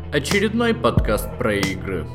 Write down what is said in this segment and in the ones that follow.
Очередной подкаст про игры.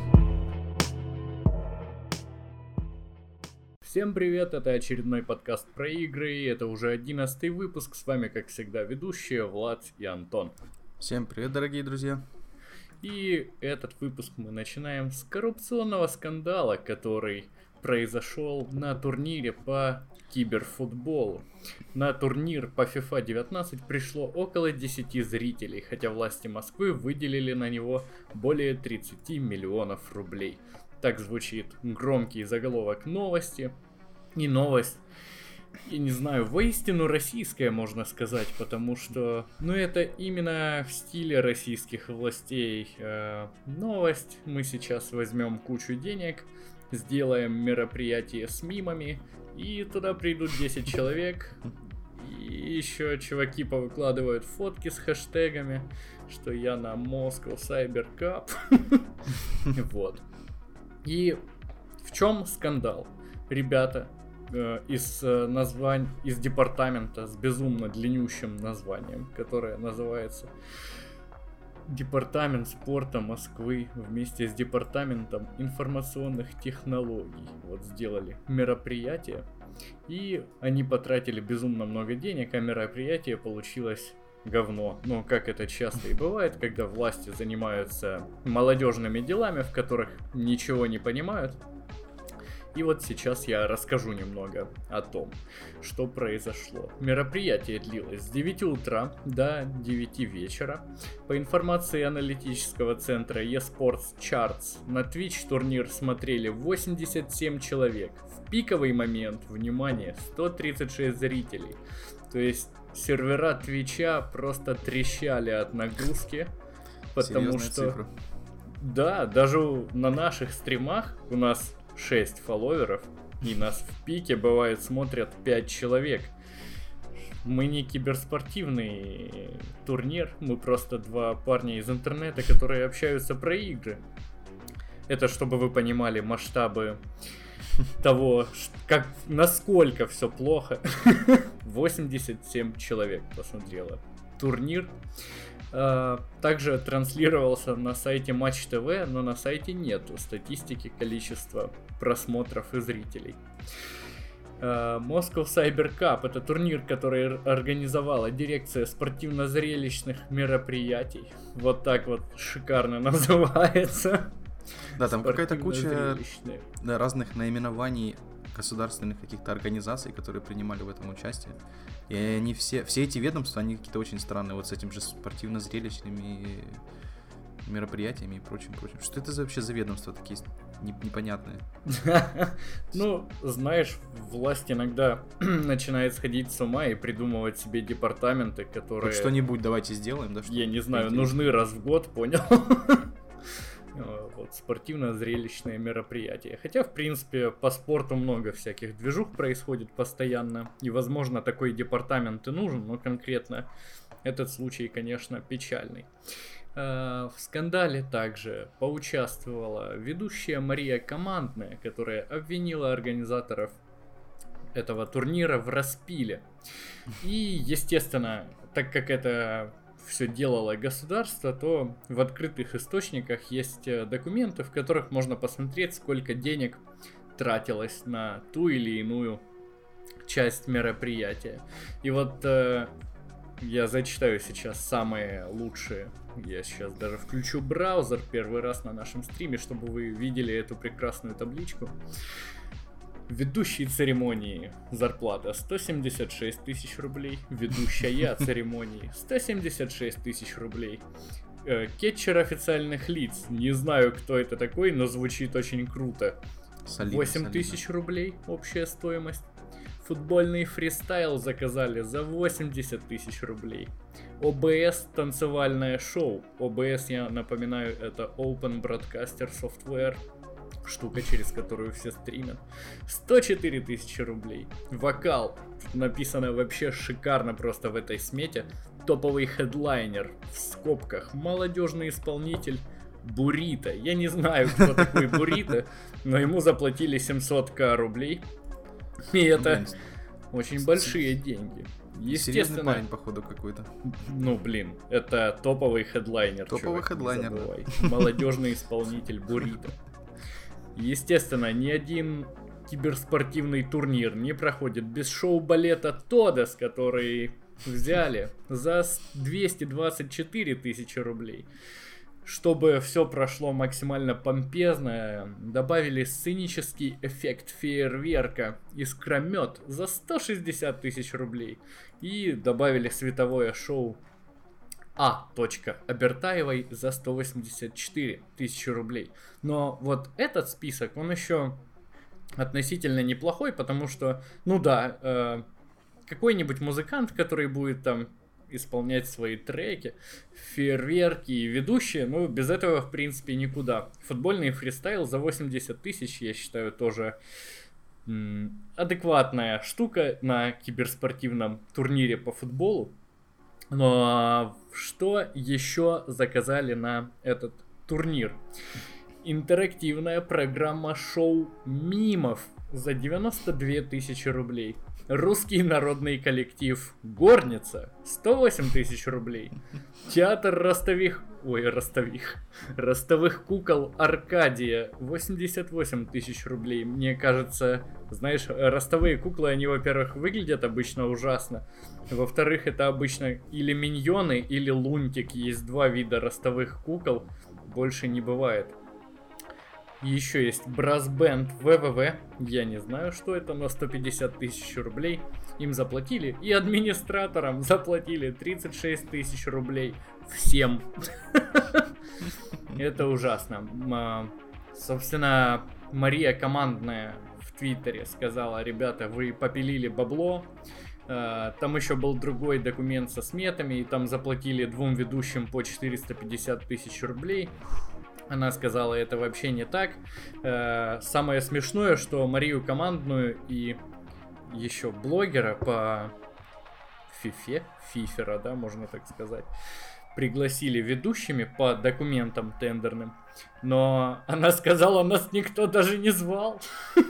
Всем привет, это очередной подкаст про игры, и это уже 11-й выпуск, с вами, как всегда, ведущие Влад и Антон. Всем привет, дорогие друзья. И этот выпуск мы начинаем с коррупционного скандала, который произошел на турнире по киберфутболу. На турнир по FIFA 19 пришло около 10 зрителей, хотя власти Москвы выделили на него более 30 миллионов рублей. Так звучит громкий заголовок новости. И новость, я не знаю, воистину российская, можно сказать, потому что, это именно в стиле российских властей новость. Мы сейчас возьмем кучу денег, сделаем мероприятие с мимами, и туда придут 10 человек, и еще чуваки повыкладывают фотки с хэштегами, что я на Moscow Cyber Cup. Вот. И в чем скандал? Ребята из департамента с безумно длиннющим названием, которое называется Департамент спорта Москвы вместе с Департаментом информационных технологий сделали мероприятие, и они потратили безумно много денег, а мероприятие получилось говно. Как это часто и бывает, когда власти занимаются молодежными делами, в которых ничего не понимают. И сейчас я расскажу немного о том, что произошло. Мероприятие длилось с 9 утра до 9 вечера. По информации аналитического центра eSports Charts, на Twitch турнир смотрели 87 человек. В пиковый момент, внимание, 136 зрителей. То есть сервера Твича просто трещали от нагрузки, потому Серьезная что... цифра. Да, даже на наших стримах у нас 6 фолловеров, и нас в пике бывает смотрят 5 человек. Мы не киберспортивный турнир, мы просто два парня из интернета, которые общаются про игры. Это чтобы вы понимали масштабы того, насколько все плохо. 87 человек посмотрело турнир. Также транслировался на сайте Матч ТВ, но на сайте нету статистики количества просмотров и зрителей. Moscow Cyber Cup — это турнир, который организовала дирекция спортивно-зрелищных мероприятий. Вот так шикарно называется. Да, там какая-то куча разных наименований государственных каких-то организаций, которые принимали в этом участие. И они все эти ведомства, они какие-то очень странные, с этим же спортивно-зрелищными мероприятиями и прочим. Что это вообще за ведомства такие непонятные? Знаешь, власть иногда начинает сходить с ума и придумывать себе департаменты, которые... Хоть что-нибудь давайте сделаем, да? Я не знаю, нужны раз в год, понял? Спортивно-зрелищные мероприятия. Хотя, в принципе, по спорту много всяких движух происходит постоянно. И, возможно, такой департамент и нужен, но конкретно этот случай, конечно, печальный. В скандале также поучаствовала ведущая Мария Командная, которая обвинила организаторов этого турнира в распиле. И, естественно, так как это все делало государство, то в открытых источниках есть документы, в которых можно посмотреть, сколько денег тратилось на ту или иную часть мероприятия. И я зачитаю сейчас самые лучшие. Я сейчас даже включу браузер первый раз на нашем стриме, чтобы вы видели эту прекрасную табличку. Ведущий церемонии зарплата 176 тысяч рублей. Ведущая церемонии 176 тысяч рублей. Кетчер официальных лиц. Не знаю, кто это такой, но звучит очень круто. 8 тысяч рублей общая стоимость. Футбольный фристайл заказали за 80 тысяч рублей. ОБС танцевальное шоу. ОБС, я напоминаю, это Open Broadcaster Software. Штука, через которую все стримят. 104 тысячи рублей. Вокал. Написано вообще шикарно просто в этой смете. Топовый хедлайнер. В скобках. Молодежный исполнитель Бурито. Я не знаю, кто такой Бурито, но ему заплатили 700 рублей. И это очень большие деньги. Серьезный парень, походу, какой-то. Ну, блин, это топовый хедлайнер. Топовый хедлайнер, да. Молодежный исполнитель Бурито. Естественно, ни один киберспортивный турнир не проходит без шоу-балета Тодес, который взяли за 224 тысячи рублей. Чтобы все прошло максимально помпезно, добавили сценический эффект фейерверка «Искромет» за 160 тысяч рублей и добавили световое шоу А. Абертаевой за 184 тысячи рублей. Но вот этот список, он еще относительно неплохой, потому что, ну да, какой-нибудь музыкант, который будет там исполнять свои треки, фейерверки и ведущие, ну, без этого, в принципе, никуда. Футбольный фристайл за 80 тысяч, я считаю, тоже адекватная штука на киберспортивном турнире по футболу. Но что еще заказали на этот турнир? Интерактивная программа шоу мимов за 92 тысячи рублей. Русский народный коллектив «Горница» 108 тысяч рублей. Театр ростовых кукол «Аркадия» 88 тысяч рублей. Мне кажется, знаешь, ростовые куклы, они, во-первых, выглядят обычно ужасно. Во-вторых, это обычно или миньоны, или лунтик. Есть два вида ростовых кукол. Больше не бывает. Еще есть брас-бенд ВВВ, я не знаю, что это, но 150 тысяч рублей им заплатили. И администраторам заплатили 36 тысяч рублей. Всем. Это ужасно. Собственно, Мария Командная в Твиттере сказала: ребята, вы попилили бабло. Там еще был другой документ со сметами, и там заплатили двум ведущим по 450 тысяч рублей. Она сказала, это вообще не так. Самое смешное, что Марию Командную и еще блогера по фифера, да, можно так сказать, пригласили ведущими по документам тендерным. Но она сказала, нас никто даже не звал.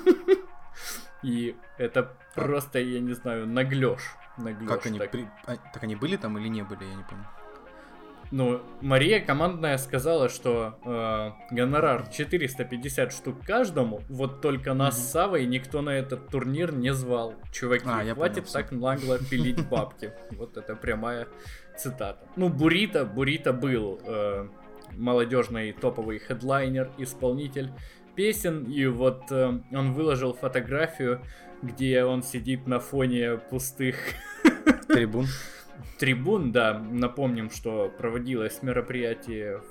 И это просто, я не знаю, наглёж. Как они, так они были там или не были, я не помню. Ну, Мария Командная сказала, что гонорар 450 штук каждому, вот только нас с Савой никто на этот турнир не звал. Чуваки, хватит так нагло пилить бабки. Вот это прямая цитата. Ну, Бурито был молодежный топовый хедлайнер, исполнитель песен, и вот он выложил фотографию, где он сидит на фоне пустых трибун, да. Напомним, что проводилось мероприятие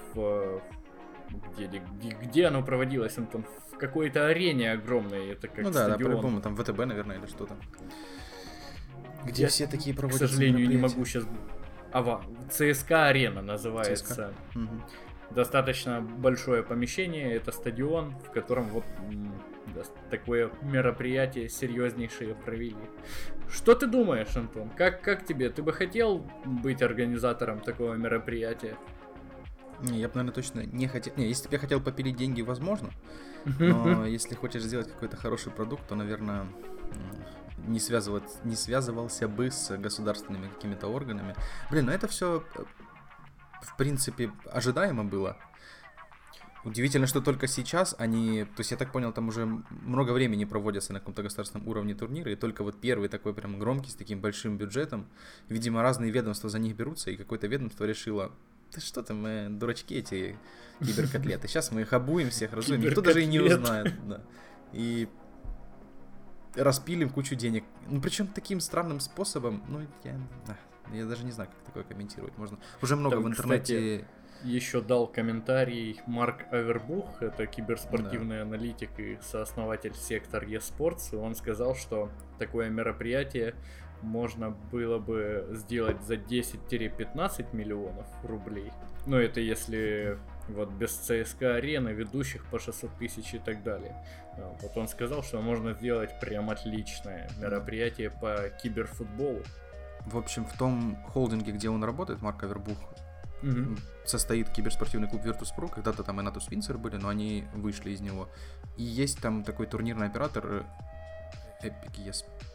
где оно проводилось, Антон? В какой-то арене огромной, это как стадион. Да, по-любому, там ВТБ, наверное, или что-то. Где все такие проводятся. К сожалению, не могу сейчас... ЦСКА арена называется. Достаточно большое помещение, это стадион, в котором вот такое мероприятие серьезнейшее провели. Что ты думаешь, Антон? Как тебе? Ты бы хотел быть организатором такого мероприятия? Не, я бы, наверное, точно не хотел. Не, если бы я хотел попилить деньги, возможно. Но если хочешь сделать какой-то хороший продукт, то, наверное, не связывался бы с государственными какими-то органами. Блин, ну это все, в принципе, ожидаемо было. Удивительно, что только сейчас они... То есть, я так понял, там уже много времени проводятся на каком-то государственном уровне турниры, и только вот первый такой прям громкий, с таким большим бюджетом. Видимо, разные ведомства за них берутся, и какое-то ведомство решило: да что там, мы дурачки эти киберкотлеты, сейчас мы их обуем всех, разуем, никто даже и не узнает. Да. И распилим кучу денег. Ну, причем таким странным способом, ну, я даже не знаю, как такое комментировать можно. Уже много там, в интернете... Кстати, еще дал комментарий Марк Авербух, это киберспортивный аналитик и сооснователь сектор eSports, и он сказал, что такое мероприятие можно было бы сделать за 10-15 миллионов рублей. Но это если вот без ЦСКА арены, ведущих по 600 тысяч и так далее. Вот он сказал, что можно сделать прям отличное мероприятие по киберфутболу. В общем, в том холдинге, где он работает, Марк Авербух, состоит киберспортивный клуб Virtus.pro, когда-то там и Natus Windsor были, но они вышли из него. И есть там такой турнирный оператор Epic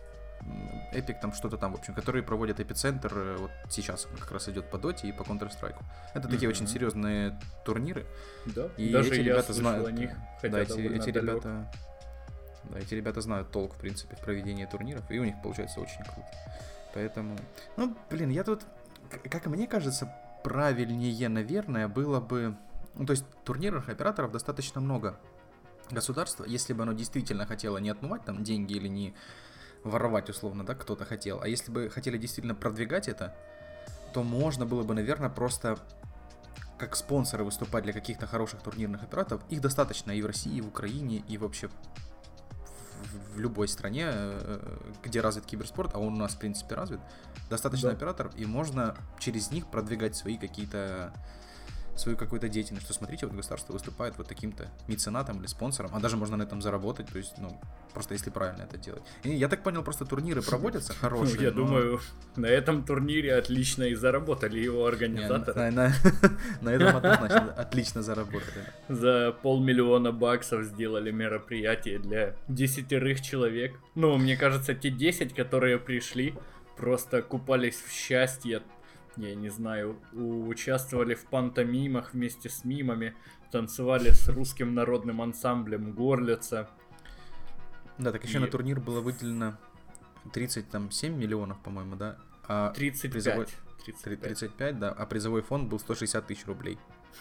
Epic там что-то там, в общем, которые проводят Эпицентр, вот сейчас он как раз идет по Доте и по Counter-Strike. Это такие очень серьезные турниры. Да, и даже эти я ребята слышал знают, о них, да, эти ребята знают толк, в принципе, в проведении турниров, и у них получается очень круто. Поэтому, я тут, как мне кажется, правильнее, наверное, было бы... то есть турнирных операторов достаточно много. Государство, если бы оно действительно хотело не отмывать там деньги или не воровать, условно, да, кто-то хотел, а если бы хотели действительно продвигать это, то можно было бы, наверное, просто как спонсоры выступать для каких-то хороших турнирных операторов. Их достаточно и в России, и в Украине, и вообще в любой стране, где развит киберспорт, а он у нас, в принципе, развит, достаточно операторов, и можно через них продвигать свою какую-то деятельность, что смотрите, вот государство выступает вот таким-то меценатом или спонсором, а даже можно на этом заработать, то есть, просто если правильно это делать. И я так понял, просто турниры проводятся хорошие. Я думаю, на этом турнире отлично и заработали его организаторы. На этом однозначно отлично заработали. За $500,000 сделали мероприятие для 10 человек. Мне кажется, те 10, которые пришли, просто купались в счастье. Я не знаю, участвовали в пантомимах вместе с мимами, танцевали с русским народным ансамблем «Горлица». Да, так еще на турнир было выделено 37 миллионов, по-моему, да? 35. 35, да, а призовой фонд был 160 тысяч рублей.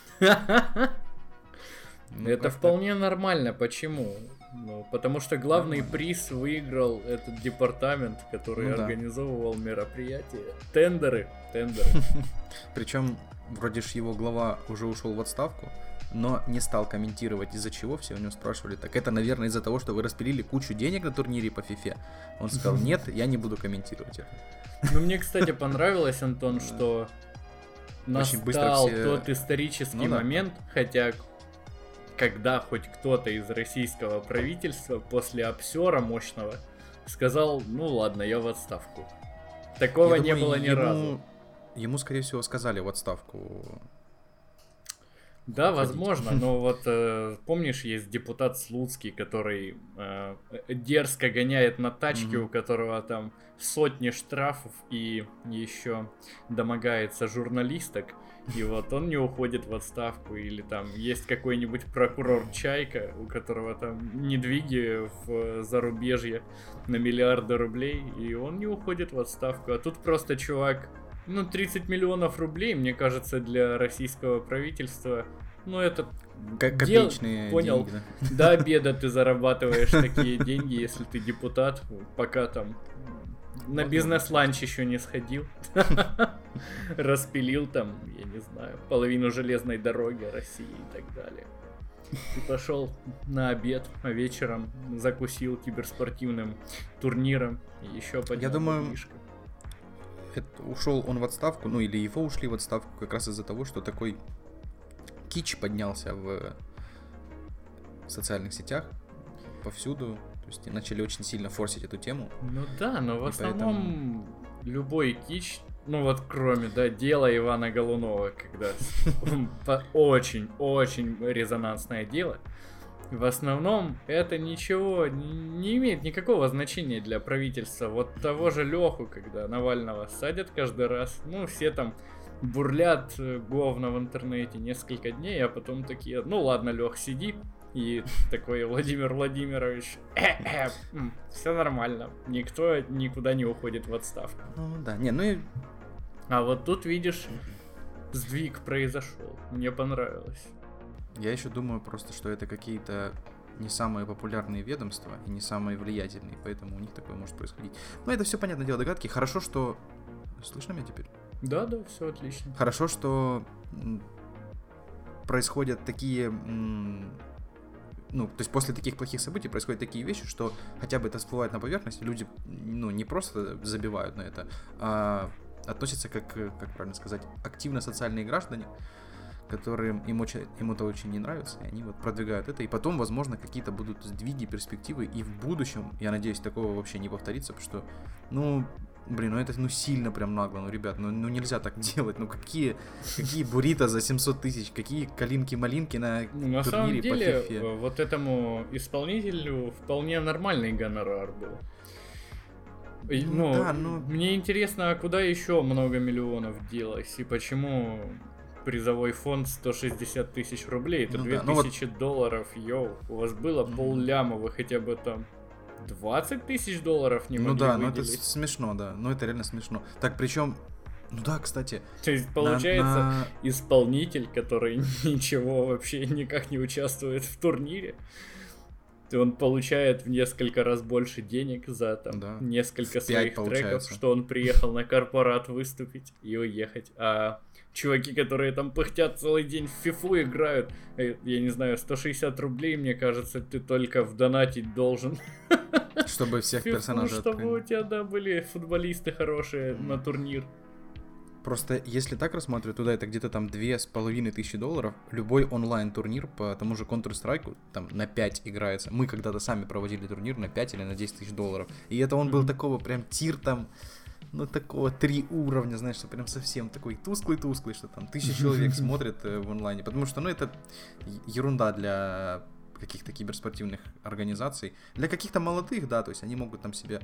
Это вполне нормально. Почему? Потому что главный приз выиграл этот департамент, который организовывал мероприятие. Тендеры. Причем, вроде ж его глава уже ушел в отставку, но не стал комментировать, из-за чего. Все у него спрашивали, так это, наверное, из-за того, что вы распилили кучу денег на турнире по FIFA. Он сказал, нет, я не буду комментировать это. Мне, кстати, понравилось, Антон, что настал тот исторический момент, хотя когда хоть кто-то из российского правительства после обсера мощного сказал, ладно, я в отставку. Такого не было ни разу. Ему, скорее всего, сказали в отставку. Да, возможно, но вот помнишь, есть депутат Слуцкий, который дерзко гоняет на тачке, у которого там сотни штрафов и еще домогается журналисток, и вот он не уходит в отставку, или там есть какой-нибудь прокурор Чайка, у которого там недвиги в зарубежье на миллиарды рублей, и он не уходит в отставку, а тут просто чувак... 30 миллионов рублей, мне кажется, для российского правительства, это... Копеечные понял. Деньги, да? До обеда ты зарабатываешь такие деньги, если ты депутат, пока там на бизнес-ланч еще не сходил. Распилил там, я не знаю, половину железной дороги России и так далее. И пошел на обед, а вечером закусил киберспортивным турниром и еще поднял. Я думаю... ушел он в отставку, или его ушли в отставку как раз из-за того, что такой кич поднялся в социальных сетях повсюду, то есть начали очень сильно форсить эту тему. Но в основном любой кич, кроме, дела Ивана Голунова, когда очень-очень резонансное дело, в основном это ничего не имеет никакого значения для правительства. Вот того же Леху, когда Навального садят каждый раз, все там бурлят говно в интернете несколько дней, а потом такие, ладно, Лех, сиди. И такой Владимир Владимирович, все нормально, никто никуда не уходит в отставку. А вот тут, видишь, сдвиг произошел, мне понравилось. Я еще думаю просто, что это какие-то не самые популярные ведомства и не самые влиятельные, поэтому у них такое может происходить. Это все, понятное дело, догадки. Хорошо, что... Слышно меня теперь? Да, все отлично. Хорошо, что происходят такие... то есть после таких плохих событий происходят такие вещи, что хотя бы это всплывает на поверхность, люди, не просто забивают на это, а относятся как правильно сказать, активно социальные граждане, которым им это очень не нравится, и они продвигают это, и потом, возможно, какие-то будут сдвиги, перспективы, и в будущем, я надеюсь, такого вообще не повторится, потому что, это сильно прям нагло, ребят, нельзя так делать, какие буррито за 700 тысяч, какие калинки-малинки на турнире по самом деле, фифе. Вот этому исполнителю вполне нормальный гонорар был. Мне интересно, а куда еще много миллионов делось, и почему призовой фонд 160 тысяч рублей, это 2000 долларов, у вас было полляма, вы хотя бы там 20 тысяч долларов не могли выделить. Это смешно, да, это реально смешно. Так, причем, кстати... То есть, получается, исполнитель, который ничего вообще никак не участвует в турнире, он получает в несколько раз больше денег за несколько своих треков, что он приехал на корпорат выступить и уехать. А чуваки, которые там пыхтят целый день в фифу играют, я не знаю, 160 рублей, мне кажется, ты только вдонатить должен. Чтобы всех персонажей открыть. Чтобы у тебя, были футболисты хорошие на турнир. Просто если так рассматривать, туда это где-то там 2500 долларов. Любой онлайн-турнир по тому же Counter-Strike там на 5 играется. Мы когда-то сами проводили турнир на 5 или на 10 тысяч долларов. И это он был такого прям тир там, такого 3 уровня, знаешь, что прям совсем такой тусклый, что там 1000 человек смотрят в онлайне. Потому что, это ерунда для каких-то киберспортивных организаций. Для каких-то молодых, да, то есть они могут там себе...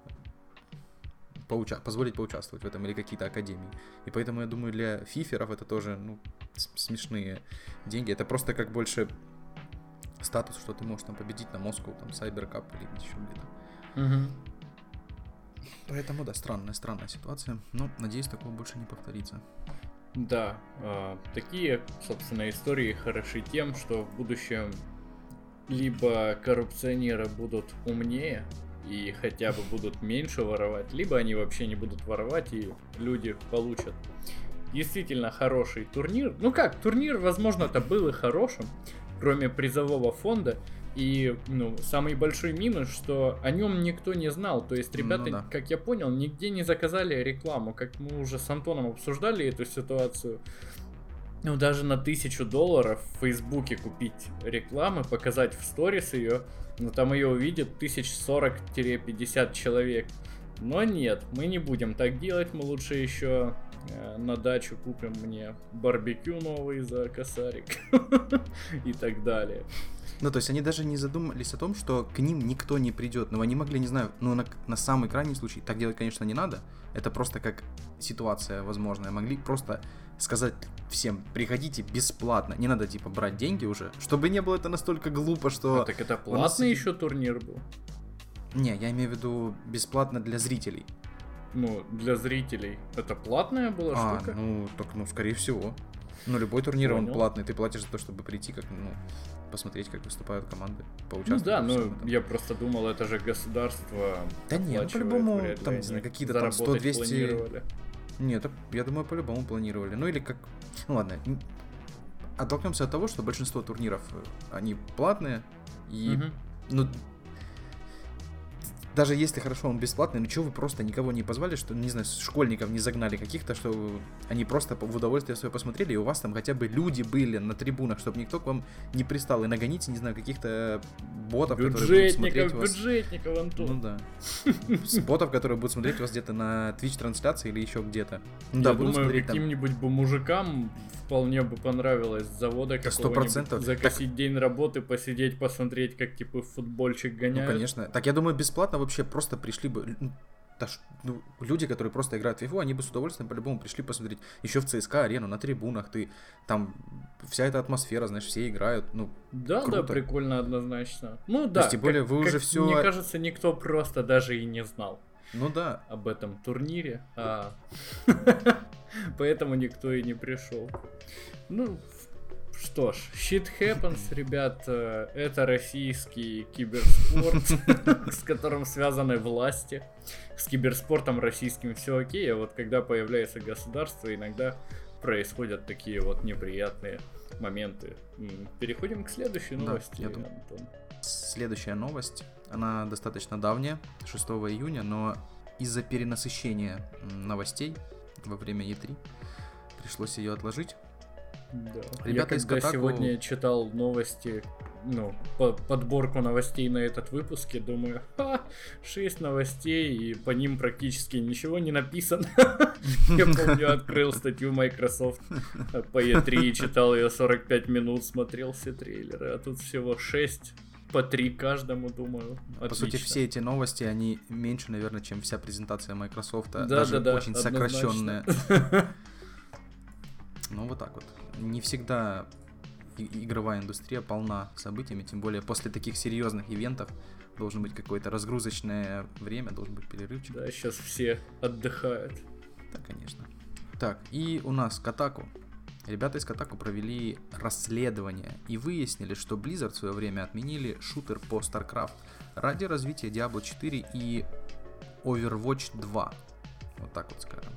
позволить поучаствовать в этом, или какие-то академии. И поэтому, я думаю, для фиферов это тоже, смешные деньги. Это просто как больше статус, что ты можешь там победить на Москву, там, Cyber Cup или еще где-то. Поэтому, да, странная ситуация. Но, надеюсь, такого больше не повторится. Да, такие, собственно, истории хороши тем, что в будущем либо коррупционеры будут умнее, и хотя бы будут меньше воровать, либо они вообще не будут воровать, и люди получат действительно хороший турнир. Турнир, возможно-то был и хорошим, кроме призового фонда, и, самый большой минус, что о нем никто не знал, то есть ребята, как я понял, нигде не заказали рекламу, как мы уже с Антоном обсуждали эту ситуацию. Даже на 1000 долларов в Фейсбуке купить рекламы, показать в сторис ее, там ее увидят 1040-50 человек. Но нет, мы не будем так делать, мы лучше еще на дачу купим мне барбекю новый за косарик и так далее. То есть они даже не задумались о том, что к ним никто не придет. Но они могли, не знаю, на самый крайний случай, так делать, конечно, не надо. Это просто как ситуация возможная. Могли просто сказать всем, приходите бесплатно. Не надо, брать деньги уже. Чтобы не было это настолько глупо, что... Так это платный еще турнир был? Не, я имею в виду бесплатно для зрителей. Для зрителей это платная была штука? Скорее всего. Любой турнир, он платный. Ты платишь за то, чтобы прийти, посмотреть, как выступают команды, поучаствовать. Я просто думал, это же государство. Да нет, по-любому, там, не знаю, какие-то там 100-200... Нет, я думаю, по-любому планировали. Или как... ладно. Оттолкнемся от того, что большинство турниров, они платные, и... Даже если хорошо он бесплатный, чего вы просто никого не позвали, что, не знаю, школьников не загнали каких-то, что они просто в удовольствие свое посмотрели, и у вас там хотя бы люди были на трибунах, чтобы никто к вам не пристал, и нагоните, не знаю, каких-то ботов, которые будут смотреть вас... Бюджетников, Антон. Да. Ботов, которые будут смотреть вас где-то на Twitch-трансляции или еще где-то. Я думаю, каким-нибудь бы мужикам вполне бы понравилось с завода какого-нибудь закосить день работы, посидеть, посмотреть, как футбольчик гоняют. Конечно. Так я думаю, бесплатно вообще просто пришли бы... люди, которые просто играют в FIFA, они бы с удовольствием по-любому пришли посмотреть еще в ЦСКА арену, на трибунах, там вся эта атмосфера, знаешь, все играют, круто. Да, прикольно однозначно. То есть, тем более вы уже все... Мне кажется, никто просто даже и не знал. Да. Об этом турнире, поэтому никто и не пришел. Что ж, shit happens, ребят, это российский киберспорт, с которым связаны власти. С киберспортом российским все окей, а когда появляется государство, иногда происходят такие неприятные моменты. Переходим к следующей новости, Антон. Следующая новость, она достаточно давняя, 6 июня, но из-за перенасыщения новостей во время E3 пришлось ее отложить. Да. Ребята, я когда сегодня читал новости, подборку новостей на этот выпуск, я думаю, 6 новостей, и по ним практически ничего не написано. Я помню, открыл статью Microsoft по E3 и читал ее 45 минут, смотрел все трейлеры, а тут всего 6 по 3 каждому, думаю. По сути, все эти новости, они меньше, наверное, чем вся презентация Microsoft, да, даже да, очень сокращенная. Ну, вот так вот. Не всегда игровая индустрия полна событиями, тем более после таких серьезных ивентов должен быть какое-то разгрузочное время, должен быть перерывчик. Да, сейчас все отдыхают. Да, конечно. Так, и у нас Kotaku. Ребята из Kotaku провели расследование и выяснили, что Blizzard в свое время отменили шутер по StarCraft ради развития Diablo 4 и Overwatch 2. Вот так вот скажем.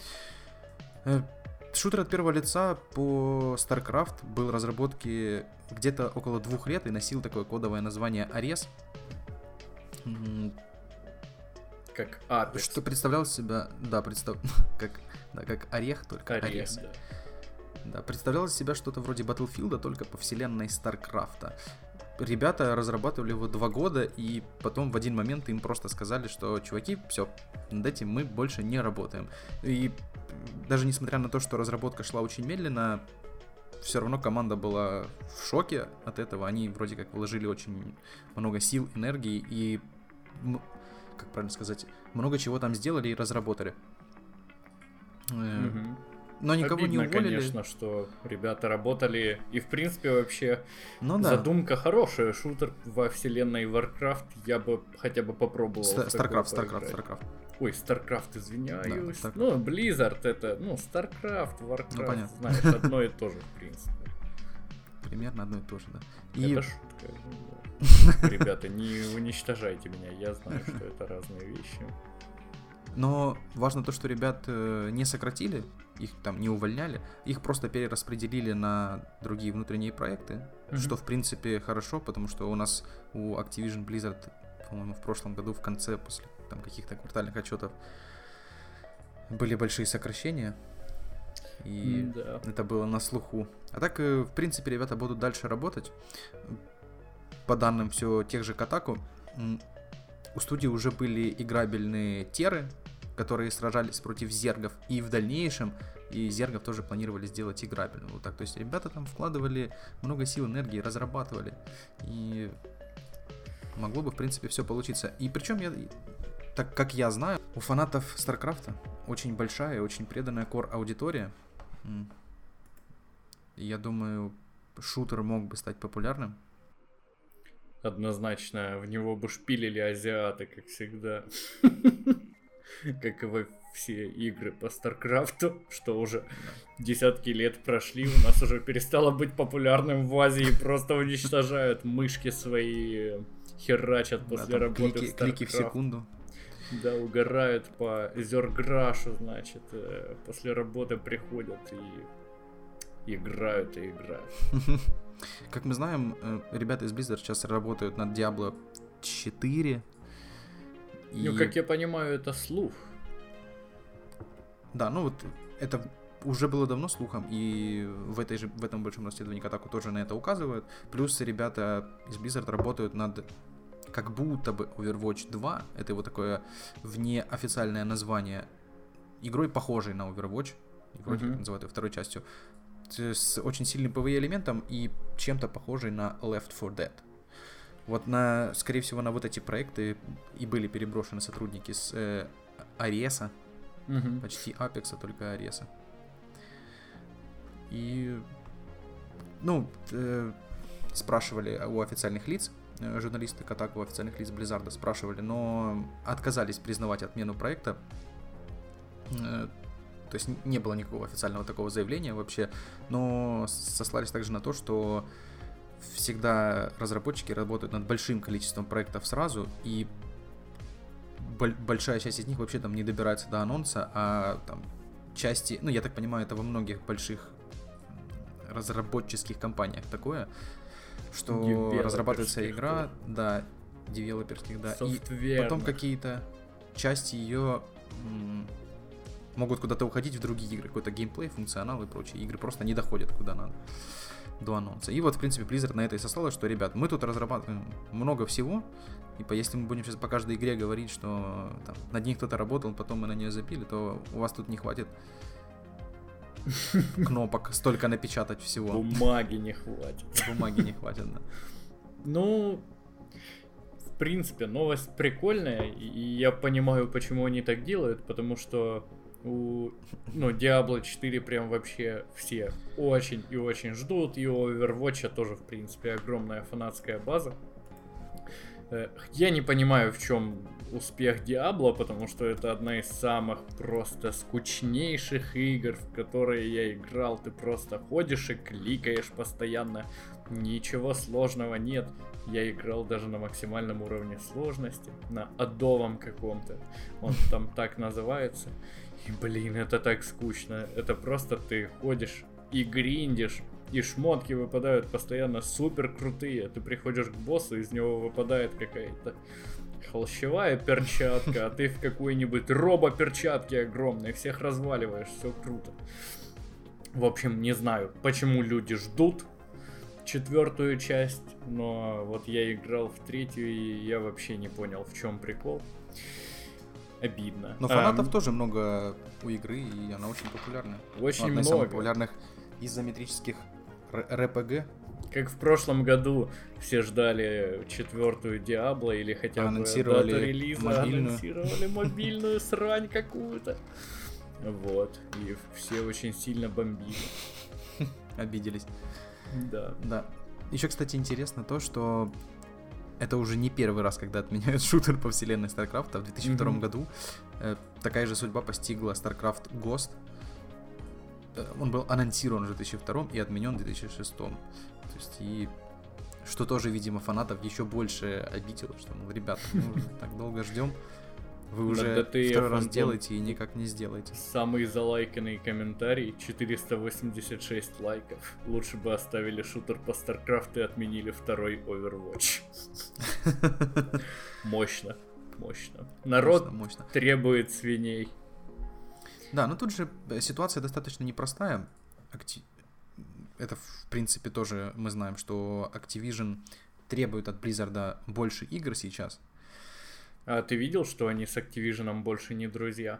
Шутер от первого лица по StarCraft был в разработке где-то около 2 лет и носил такое кодовое название Ares. Как Apex. Что представлял себя... Да, как Орех, только Ares. Да. Да, представлял из себя что-то вроде Battlefield, только по вселенной StarCraft. Ребята разрабатывали его 2 года, и потом в один момент им просто сказали, что, чуваки, все, над этим мы больше не работаем. И даже несмотря на то, что разработка шла очень медленно, все равно команда была в шоке от этого. Они вроде как вложили очень много сил, энергии и, как правильно сказать, много чего там сделали и разработали. Но никого обидно, не уволили. Конечно, что ребята работали, и в принципе вообще да. Задумка хорошая. Шутер во вселенной Warcraft я бы хотя бы попробовал. StarCraft. Ой, StarCraft, извиняюсь. Да, ну, Blizzard это, StarCraft, Warcraft, понятно. знаешь, одно и то же, в принципе. Примерно одно и то же, да. Это шутка. Ребята, не уничтожайте меня, я знаю, что это разные вещи. Но важно то, что ребят не сократили, их там не увольняли, их просто перераспределили на другие внутренние проекты, что в принципе хорошо, потому что у нас у Activision Blizzard, по-моему, в прошлом году в конце, после там каких-то квартальных отчетов, были большие сокращения, и это было на слуху. А так, в принципе, ребята будут дальше работать. По данным все тех же Kotaku, у студии уже были играбельные теры, которые сражались против зергов, и в дальнейшем и зергов тоже планировали сделать играбельным. Вот так. То есть ребята там вкладывали много сил, энергии, разрабатывали, и могло бы, в принципе, все получиться. И причем, так как я знаю, у фанатов StarCraft очень большая и очень преданная кор-аудитория. И я думаю, шутер мог бы стать популярным. Однозначно, в него бы шпилили азиаты, как всегда. Как и во все игры по Старкрафту, что уже десятки лет прошли, у нас уже перестало быть популярным в Азии, просто уничтожают мышки свои, херачат после работы в Старкрафт. Клики в секунду. Да, угорают по Зерграшу, значит, после работы приходят и играют. Как мы знаем, ребята из Blizzard сейчас работают над Diablo 4. Ну, как я понимаю, это слух. Да, ну вот это уже было давно слухом, и в этом большом расследовании Kotaku тоже на это указывают. Плюс ребята из Blizzard работают над как будто бы Overwatch 2, это его такое внеофициальное название, игрой похожей на Overwatch, вроде как называют ее второй частью, с очень сильным PvE-элементом и чем-то похожей на Left 4 Dead. Вот скорее всего, на вот эти проекты и были переброшены сотрудники с Ареса, почти Apex, только Ареса. И, спрашивали у официальных лиц, журналисты Kotaku, у официальных лиц Blizzard спрашивали, но отказались признавать отмену проекта. То есть не было никакого официального такого заявления вообще, но сослались также на то, что всегда разработчики работают над большим количеством проектов сразу, и большая часть из них вообще там не добирается до анонса, а там части, я так понимаю, это во многих больших разработческих компаниях такое, что разрабатывается игра, да, девелоперских, да, и потом какие-то части ее могут куда-то уходить в другие игры, какой-то геймплей, функционал и прочие игры просто не доходят куда надо до анонса. И вот, в принципе, Blizzard на это и сослалась, что, ребят, мы тут разрабатываем много всего, и если мы будем сейчас по каждой игре говорить, что там, над ней кто-то работал, потом мы на нее забили, то у вас тут не хватит кнопок столько напечатать всего. Бумаги не хватит. Бумаги не хватит, да. Ну, В принципе, новость прикольная, и я понимаю, почему они так делают, потому что Diablo 4 прям вообще все очень и очень ждут, и у Overwatch тоже, в принципе, огромная фанатская база. Я не понимаю, в чем успех Diablo, потому что это одна из самых просто скучнейших игр, в которые я играл. Ты просто ходишь и кликаешь постоянно, ничего сложного нет. Я играл даже на максимальном уровне сложности, на адовом каком-то, он там так называется. И, блин, это так скучно. Это просто ты ходишь и гриндишь, и шмотки выпадают постоянно супер крутые. Ты приходишь к боссу, из него выпадает какая-то холщевая перчатка, а ты в какой-нибудь робо-перчатке огромной, всех разваливаешь, все круто. В общем, не знаю, почему люди ждут 4-ю часть, но вот я играл в 3-ю, и я вообще не понял, в чем прикол. Обидно. Но фанатов тоже много у игры, и она очень популярная. Очень одна много. из самых популярных изометрических РПГ. Как в прошлом году все ждали 4-ю Diablo или хотя бы дату релиза, анонсировали мобильную срань какую-то. Вот. И все очень сильно бомбили. Обиделись. Да. Еще, кстати, интересно то, что это уже не первый раз, когда отменяют шутер по вселенной StarCraft. В 2002 году такая же судьба постигла StarCraft Ghost. Он был анонсирован в 2002 и отменен в 2006. То есть, и что тоже, видимо, фанатов еще больше обидело, что, ребята, мы уже так долго ждем, вы уже второй раз делаете и никак не сделаете. Самый залайканный комментарий, 486 лайков. Лучше бы оставили шутер по StarCraft и отменили второй Overwatch. Мощно. Народ мощно требует свиней. Да, но тут же ситуация достаточно непростая. Это, в принципе, тоже мы знаем, что Activision требует от Blizzard больше игр сейчас. А ты видел, что они с Activision больше не друзья?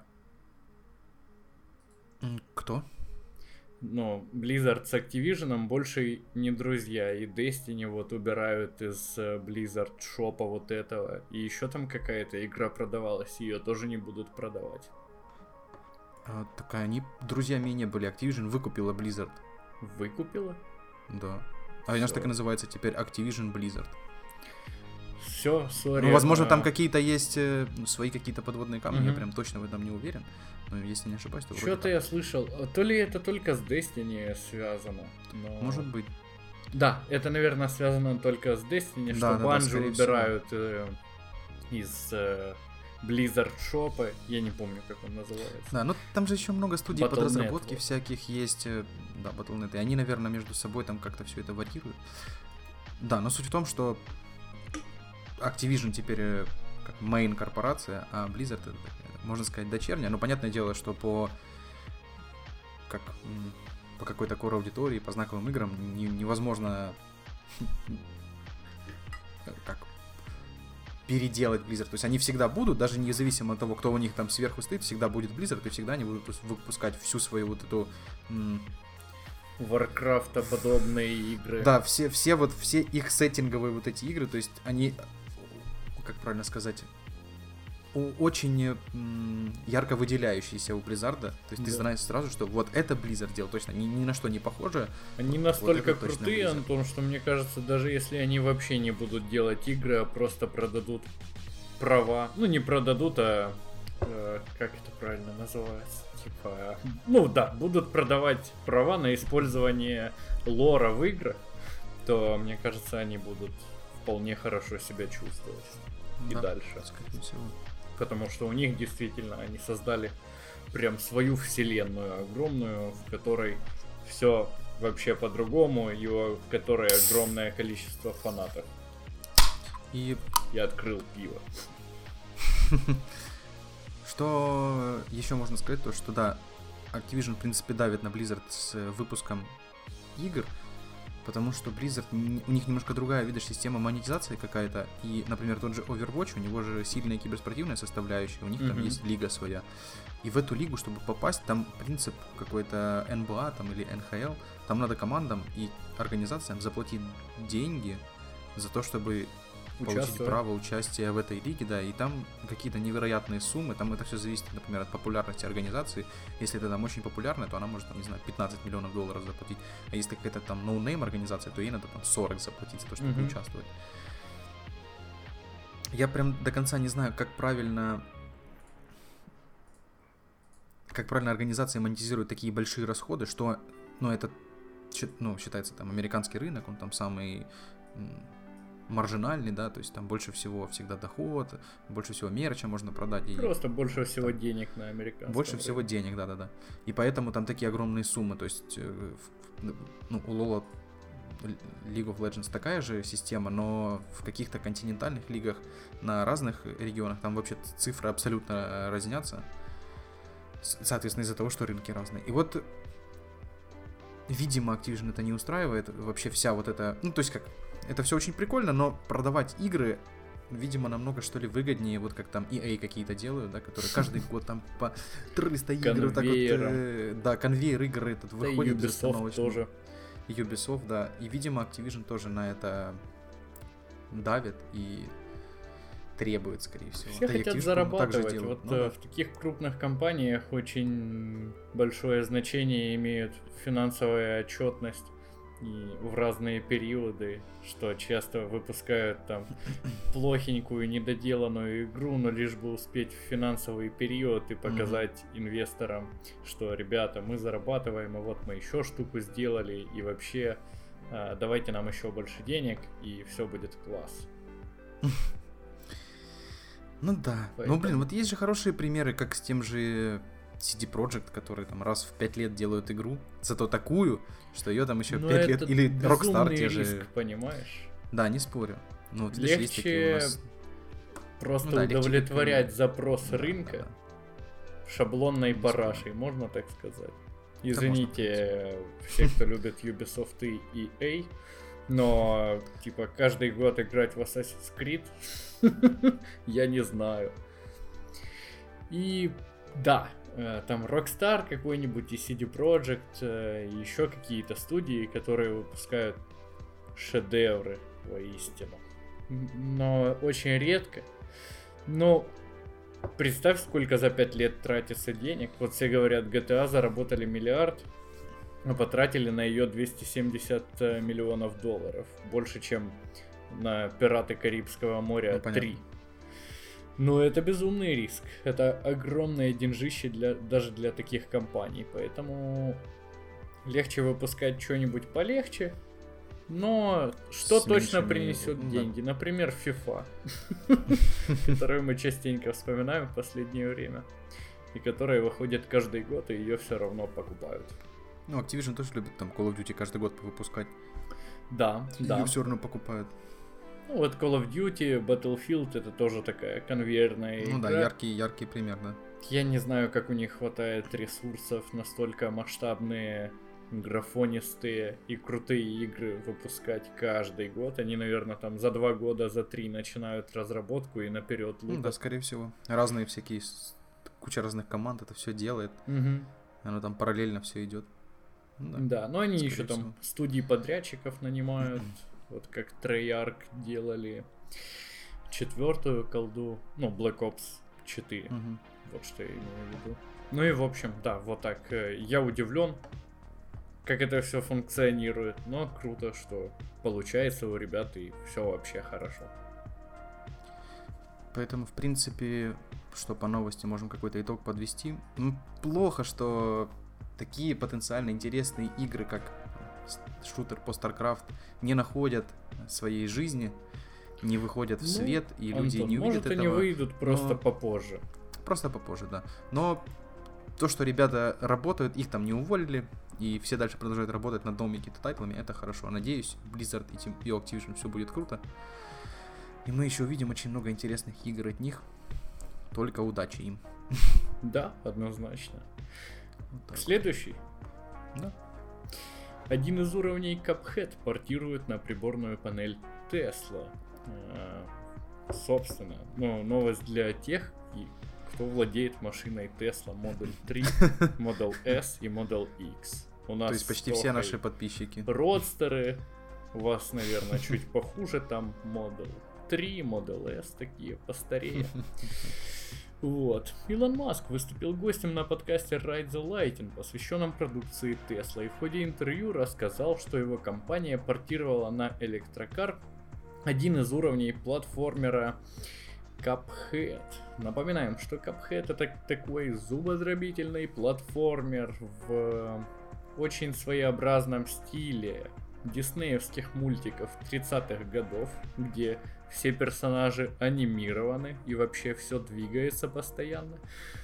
Кто? Blizzard с Activision больше не друзья. И Destiny вот убирают из Blizzard шопа вот этого. И еще там какая-то игра продавалась, ее тоже не будут продавать. Так они друзьями и не были. Activision выкупила Blizzard. Выкупила? Да. А у нас так и называется теперь Activision Blizzard. Все, сори. Возможно, там какие-то есть свои какие-то подводные камни, я прям точно в этом не уверен. Но если не ошибаюсь, то что-то я слышал. То ли это только с Destiny связано. Но... Может быть. Да, это, наверное, связано только с Destiny, что Bungie убирают из Blizzard Shop, я не помню, как он называется. Да, но там же еще много студий под разработки всяких есть, да, Battle.net, и они, наверное, между собой там как-то все это варьируют. Да, но суть в том, что Activision теперь как main корпорация, а Blizzard, можно сказать, дочерняя. Но понятное дело, что по какой-то core аудитории, по знаковым играм невозможно переделать Blizzard. То есть они всегда будут, даже независимо от того, кто у них там сверху стоит, всегда будет Blizzard, и всегда они будут выпускать всю свою вот эту... Warcraft подобные игры. Да, все их сеттинговые вот эти игры, то есть они, как правильно сказать, очень ярко выделяющиеся у Blizzard. То есть ты знаешь сразу, что вот это Blizzard делал, точно ни на что не похоже. Они настолько вот крутые, Антон, что мне кажется, даже если они вообще не будут делать игры, а просто продадут права, не продадут, а как это правильно называется? Типа, будут продавать права на использование лора в играх, то, мне кажется, они будут вполне хорошо себя чувствовать. И дальше. Скорее всего. Потому что у них действительно они создали прям свою вселенную огромную, в которой все вообще по-другому, и в которой огромное количество фанатов. И я открыл пиво. Что еще можно сказать, то что да, Activision в принципе давит на Blizzard с выпуском игр, потому что Blizzard, у них немножко другая, видишь, система монетизации какая-то, и, например, тот же Overwatch, у него же сильная киберспортивная составляющая, у них там есть лига своя, и в эту лигу, чтобы попасть, там принцип какой-то НБА там, или НХЛ, там надо командам и организациям заплатить деньги за то, чтобы получить право участия в этой лиге, да, и там какие-то невероятные суммы, там это все зависит, например, от популярности организации. Если это там очень популярная, то она может, там, не знаю, $15 миллионов заплатить, а если какая-то там ноунейм организация, то ей надо там 40 заплатить за то, чтобы участвовать. Я прям до конца не знаю, как правильно организация монетизирует такие большие расходы, что, это, считается там американский рынок, он там самый маржинальный, да, то есть там больше всего всегда доход, больше всего мерча можно продать. Просто больше всего денег на американском Больше всего денег, да. И поэтому там такие огромные суммы, то есть, у Лола League of Legends такая же система, но в каких-то континентальных лигах на разных регионах там вообще цифры абсолютно разнятся. Соответственно, из-за того, что рынки разные. И вот, видимо, Activision это не устраивает. Вообще вся вот эта... то есть как... Это все очень прикольно, но продавать игры, видимо, намного, что ли, выгоднее, вот как там EA какие-то делают, да, которые каждый год там по 300 игр вот так вот... Да, конвейер игр этот выходит. Да, Ubisoft тоже. Ubisoft, да. И, видимо, Activision тоже на это давит и... требует, скорее всего. Все хотят зарабатывать. Вот в таких крупных компаниях очень большое значение имеет финансовая отчетность и в разные периоды, что часто выпускают там плохенькую, недоделанную игру, но лишь бы успеть в финансовый период и показать инвесторам, что, ребята, мы зарабатываем, и вот мы еще штуку сделали, и вообще давайте нам еще больше денег, и все будет класс. Ну да. Поэтому... вот есть же хорошие примеры, как с тем же CD Projekt, которые там раз в 5 лет делают игру, зато такую, что ее там еще 5 лет, или Rockstar те же... риск, понимаешь? Да, не спорю. Вот, легче есть такие у нас... просто удовлетворять запрос рынка шаблонной парашей, можно так сказать. Извините, все, кто любит Ubisoft и EA, но, типа, каждый год играть в Assassin's Creed, я не знаю. И, да, там Rockstar какой-нибудь и CD Projekt, и еще какие-то студии, которые выпускают шедевры, воистину. Но очень редко. Но представь, сколько за 5 лет тратится денег. Вот все говорят, GTA заработали $1 миллиард, но потратили на ее $270 миллионов. Больше, чем на Пираты Карибского моря 3. Но это безумный риск. Это огромное деньжище даже для таких компаний. Поэтому легче выпускать что-нибудь полегче, но что точно принесет деньги. Например, FIFA, которую мы частенько вспоминаем в последнее время. И которая выходит каждый год, и ее все равно покупают. Activision тоже любит там Call of Duty каждый год выпускать. Да, да. Ее все равно покупают. Вот Call of Duty, Battlefield, это тоже такая конвейерная игра. Да, яркий пример, да. Я не знаю, как у них хватает ресурсов настолько масштабные, графонистые и крутые игры выпускать каждый год. Они, наверное, там за 2 года, за 3 начинают разработку и наперед лупят. Да, скорее всего. Разные всякие, куча разных команд это все делает. Оно там параллельно все идет. Да, но они еще там студии подрядчиков нанимают. Вот как Treyarch делали 4-ю колду, Black Ops 4. Вот что я имею в виду. Ну и в общем, да, вот так. Я удивлен, как это все функционирует, но круто, что получается у ребят и все вообще хорошо. Поэтому, в принципе, что по новости можем какой-то итог подвести. Плохо, что такие потенциально интересные игры, как шутер по StarCraft, не находят своей жизни, не выходят в свет, и Антон, люди не увидят этого. Может, они выйдут просто попозже. Просто попозже, да. Но то, что ребята работают, их там не уволили, и все дальше продолжают работать над новыми какими-то тайтлами, это хорошо. Надеюсь, Blizzard и Activision все будет круто. И мы еще увидим очень много интересных игр от них. Только удачи им. Да, однозначно. Вот следующий. Да. Один из уровней Cuphead портируют на приборную панель Tesla. Собственно, новость для тех, кто владеет машиной Tesla Model 3, Model S и Model X. У нас то есть почти все наши подписчики. Родстеры. У вас, наверное, чуть похуже, там Model 3, Model S такие постарее. Вот. Илон Маск выступил гостем на подкасте Ride the Lightning, посвященном продукции Tesla, и в ходе интервью рассказал, что его компания портировала на электрокар один из уровней платформера Cuphead. Напоминаем, что Cuphead это такой зубодробительный платформер в очень своеобразном стиле диснеевских мультиков 30-х годов, где все персонажи анимированы и вообще все двигается постоянно.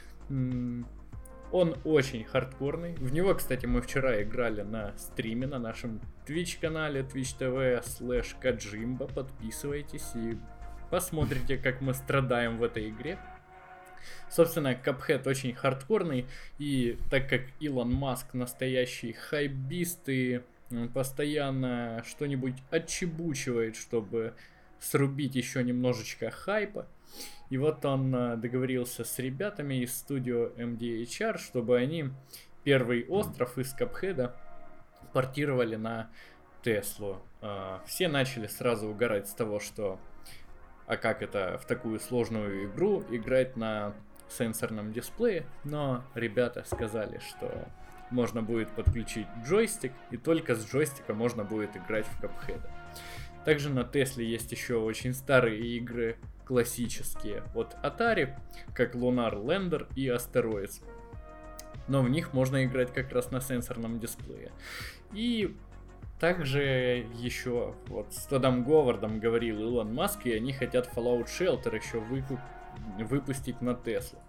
Он очень хардкорный. В него, кстати, мы вчера играли на стриме на нашем Twitch-канале twitch.tv/Kajimba. Подписывайтесь и посмотрите, как мы страдаем в этой игре. Собственно, Cuphead очень хардкорный, и так как Илон Маск настоящий хайбист и постоянно что-нибудь отчебучивает, чтобы срубить еще немножечко хайпа, и вот он договорился с ребятами из студио MDHR, чтобы они первый остров из Cuphead портировали на Теслу. Все начали сразу угорать с того, что а как это в такую сложную игру играть на сенсорном дисплее, но ребята сказали, что можно будет подключить джойстик, и только с джойстика можно будет играть в Cuphead. Также на Тесле есть еще очень старые игры классические от Atari, как Lunar Lander и Asteroids. Но в них можно играть как раз на сенсорном дисплее. И также еще вот с Тодом Говардом говорил Илон Маск, и они хотят Fallout Shelter еще выпустить на Теслу.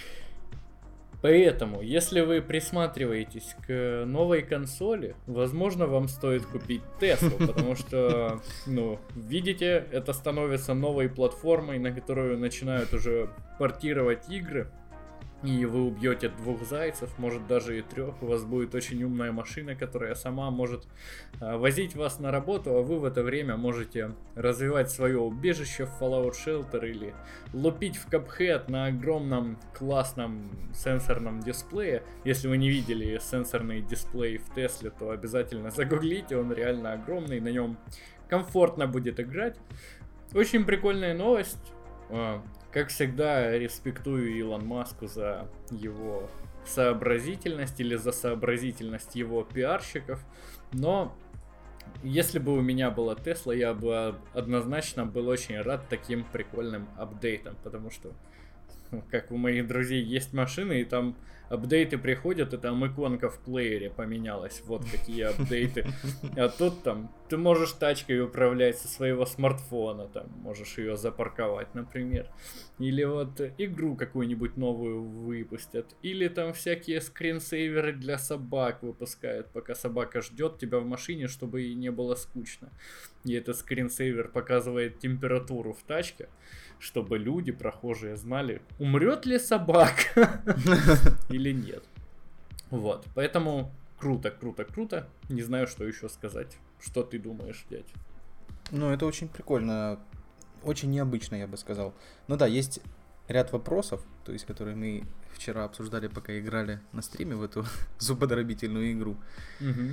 Поэтому, если вы присматриваетесь к новой консоли, возможно, вам стоит купить Теслу, потому что, видите, это становится новой платформой, на которую начинают уже портировать игры, и вы убьете 2 зайцев, может даже и 3. У вас будет очень умная машина, которая сама может возить вас на работу, а вы в это время можете развивать свое убежище в Fallout Shelter или лупить в Cuphead на огромном классном сенсорном дисплее. Если вы не видели сенсорный дисплей в Тесле, то обязательно загуглите, он реально огромный, на нем комфортно будет играть. Очень прикольная новость. Как всегда, респектую Илон Маску за его сообразительность или за сообразительность его пиарщиков. Но если бы у меня была Тесла, я бы однозначно был очень рад таким прикольным апдейтам, потому что, как у моих друзей есть машины, и там апдейты приходят, и там иконка в плеере поменялась. Вот какие апдейты. А тут там ты можешь тачкой управлять со своего смартфона, там можешь ее запарковать, например. Или вот игру какую-нибудь новую выпустят. Или там всякие скринсейверы для собак выпускают, пока собака ждет тебя в машине, чтобы ей не было скучно. И этот скринсейвер показывает температуру в тачке, чтобы люди, прохожие, знали, умрет ли собака или нет. Вот, поэтому круто. Не знаю, что еще сказать. Что ты думаешь, дядь? Это очень прикольно. Очень необычно, я бы сказал. Да, есть ряд вопросов, то есть, которые мы вчера обсуждали, пока играли на стриме в эту зубодробительную игру. Угу.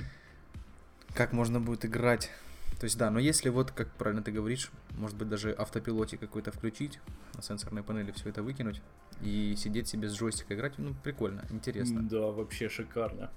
Как можно будет играть. То есть, да, но если вот, как правильно ты говоришь, может быть, даже автопилотик какой-то включить, на сенсорной панели все это выкинуть и сидеть себе с джойстика играть, прикольно, интересно. Да, вообще шикарно.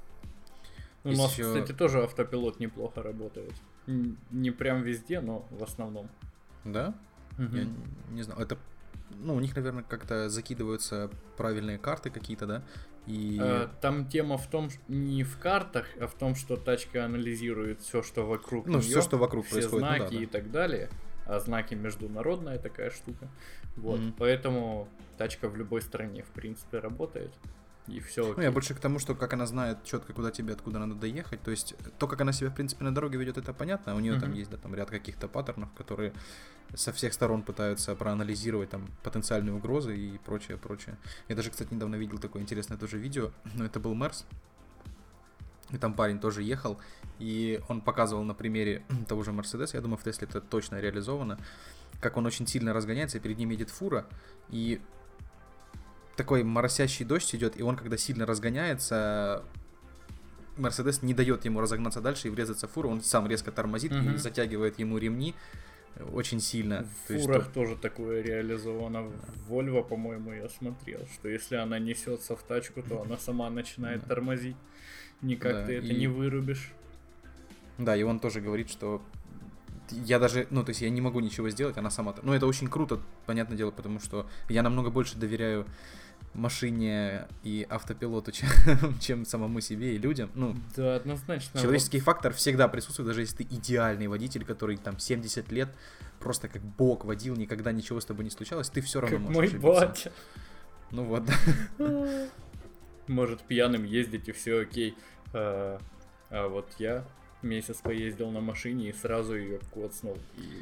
У нас, кстати, тоже автопилот неплохо работает. Не прям везде, но в основном. Да? Угу. Я не знаю, это, у них, наверное, как-то закидываются правильные карты какие-то, да? И... Там тема в том, не в картах, а в том, что тачка анализирует все, что вокруг нее, все, что вокруг все происходит, знаки и так далее. А знаки международная такая штука. Вот, поэтому тачка в любой стране, в принципе, работает. И все. Я больше к тому, что как она знает четко, куда тебе, откуда надо доехать. То есть, то, как она себя, в принципе, на дороге ведет, это понятно. У нее там есть, да, там ряд каких-то паттернов, которые со всех сторон пытаются проанализировать там потенциальные угрозы и прочее. Я даже, кстати, недавно видел такое интересное тоже видео, но это был Мерс. И там парень тоже ехал, и он показывал на примере того же Мерседеса, я думаю, в Тесле это точно реализовано, как он очень сильно разгоняется, и перед ним едет фура, и такой моросящий дождь идет, и он, когда сильно разгоняется, Мерседес не дает ему разогнаться дальше и врезаться в фуру, он сам резко тормозит и затягивает ему ремни, очень сильно. В фурах тоже такое реализовано. В Volvo, по-моему, я смотрел, что если она несется в тачку, то она сама начинает тормозить. Никак ты это не вырубишь. Да, и он тоже говорит, что я даже, ну, то есть я не могу ничего сделать, она сама... Ну, это очень круто, понятное дело, потому что я намного больше доверяю машине и автопилоту, чем самому себе и людям. Ну, да, однозначно. Человеческий фактор всегда присутствует, даже если ты идеальный водитель, который там 70 лет просто как бог водил, никогда ничего с тобой не случалось, ты все равно как можешь мой батя. Ну вот. Может пьяным ездить и все окей. А вот я месяц поездил на машине и сразу ее коцнул.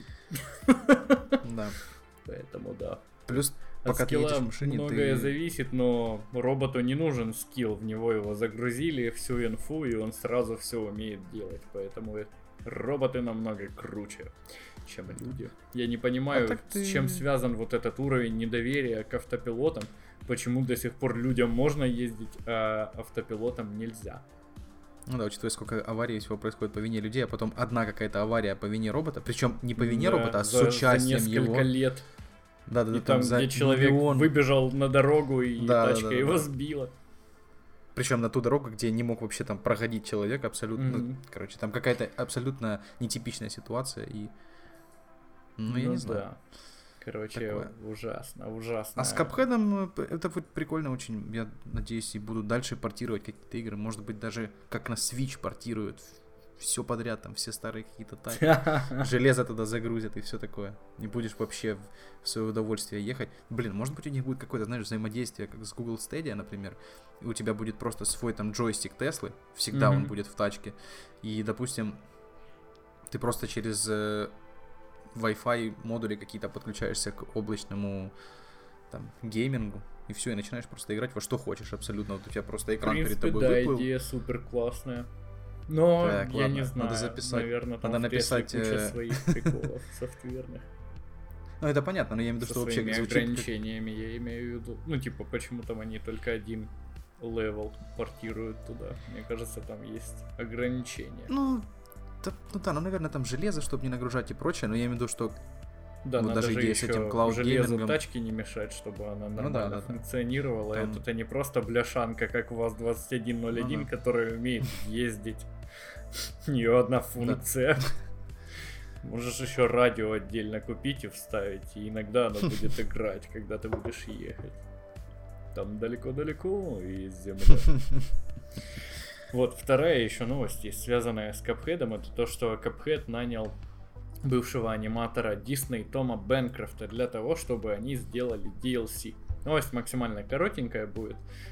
Да. Поэтому да. Плюс от скилла многое зависит, но роботу не нужен скилл, в него его загрузили, всю инфу, и он сразу все умеет делать, поэтому роботы намного круче, чем люди. Я не понимаю, с чем связан вот этот уровень недоверия к автопилотам, почему до сих пор людям можно ездить, а автопилотам нельзя. Ну да, учитывая, сколько аварий всего происходит по вине людей, а потом одна какая-то авария по вине робота, причем не по вине робота, а с участием за несколько лет. Да, и там, где человек выбежал на дорогу, и тачка его сбила. Причем на ту дорогу, где не мог вообще там проходить человек абсолютно. Короче, там какая-то абсолютно нетипичная ситуация. И. Ну, я не знаю. Да. Короче, такое. ужасно. А с Cuphead'ом это будет прикольно очень. Я надеюсь, и будут дальше портировать какие-то игры. Может быть, даже как на Switch портируют. Все подряд, там все старые какие-то тайны. Железо туда загрузят и все такое. Не будешь вообще в свое удовольствие ехать. Блин, может быть, у них будет какое-то, знаешь, взаимодействие, как с Google Stadia, например. И у тебя будет просто свой там джойстик Теслы. Всегда он будет в тачке. И, допустим, ты просто через Wi-Fi модули какие-то подключаешься к облачному там геймингу. И все, и начинаешь просто играть во что хочешь абсолютно. Вот у тебя просто экран перед тобой выплыл. Да, идея супер классная. Но так, я ладно, не знаю, надо записать, наверное, там надо написать куча своих приколов софтверных. Ну это понятно, но я имею в виду, что вообще звучит ограничениями, я имею в виду. Ну типа, почему там они только один левел портируют туда? Мне кажется, там есть ограничения. Ну да, наверное, там железо, чтобы не нагружать и прочее, но я имею в виду, что да, вот надо даже же идея с этим клауд-геймингом. железу тачки не мешать, чтобы она нормально функционировала. Там... Это не просто бляшанка, как у вас 2101, которая умеет ездить. У нее одна функция. Можешь еще радио отдельно купить и вставить, и иногда оно будет играть, когда ты будешь ехать. Там далеко-далеко и земля. Вот, вторая еще новость, связанная с Cuphead'ом, это то, что Cuphead нанял бывшего аниматора Disney Тома Бэнкрофта для того, чтобы они сделали DLC. Новость максимально коротенькая будет.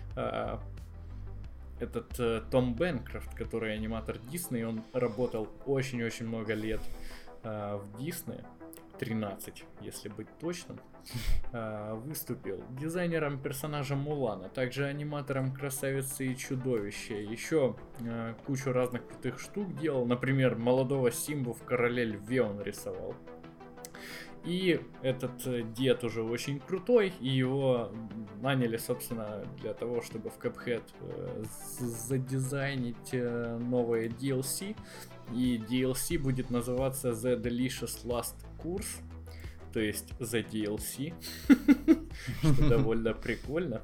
Этот Том Бэнкрофт, который аниматор Disney, он работал очень-очень много лет в Disney, 13, если быть точным, выступил дизайнером персонажа Мулана, также аниматором Красавицы и Чудовища, еще кучу разных крутых штук делал, например, молодого Симбу в Короле Льве он рисовал. И этот дед уже очень крутой, и его наняли, собственно, для того, чтобы в Cuphead задизайнить новые DLC. И DLC будет называться The Delicious Last Course, то есть The DLC, что довольно прикольно.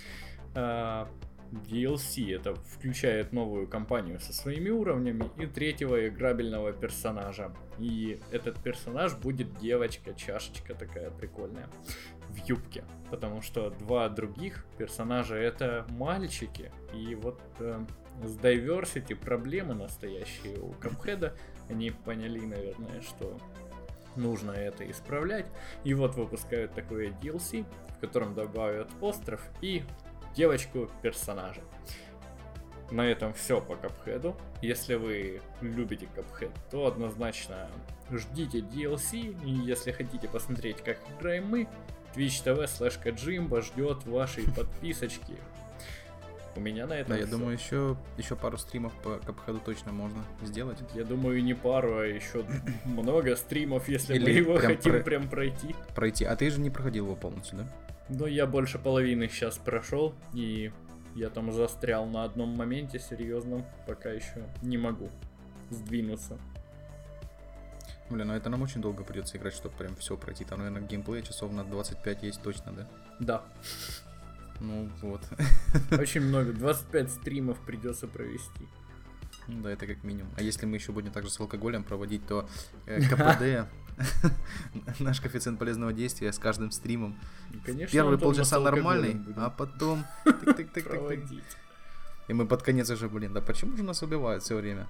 DLC это включает новую кампанию со своими уровнями и третьего играбельного персонажа. И этот персонаж будет девочка-чашечка такая прикольная в юбке, потому что два других персонажа это мальчики. И вот с diversity проблемы настоящие у Cuphead'а. Они поняли, наверное, что нужно это исправлять. И вот выпускают такое DLC, в котором добавят остров и девочку персонажа. На этом все по Cuphead'у. Если вы любите Cuphead, то однозначно ждите DLC. И если хотите посмотреть, как играем мы, twitch.tv/kajimba ждет вашей подписочки. У меня на этом да, я думаю, еще пару стримов по Cuphead'у точно можно сделать. Я думаю, не пару, а еще много стримов, если мы его хотим прям пройти. А ты же не проходил его полностью, да? Ну, я больше половины сейчас прошел, и я там застрял на одном моменте серьезном, пока еще не могу сдвинуться. Блин, ну это нам очень долго придется играть, чтобы прям все пройти. Там, наверное, геймплей часов на 25 есть точно, да? Да. Ну вот. Очень много. 25 стримов придется провести. Ну да, это как минимум. А если мы еще будем также с алкоголем проводить, то КПД, наш коэффициент полезного действия с каждым стримом. Конечно, первые полчаса нормальный, а потом проводить. И мы под конец уже, блин, да почему же нас убивают все время?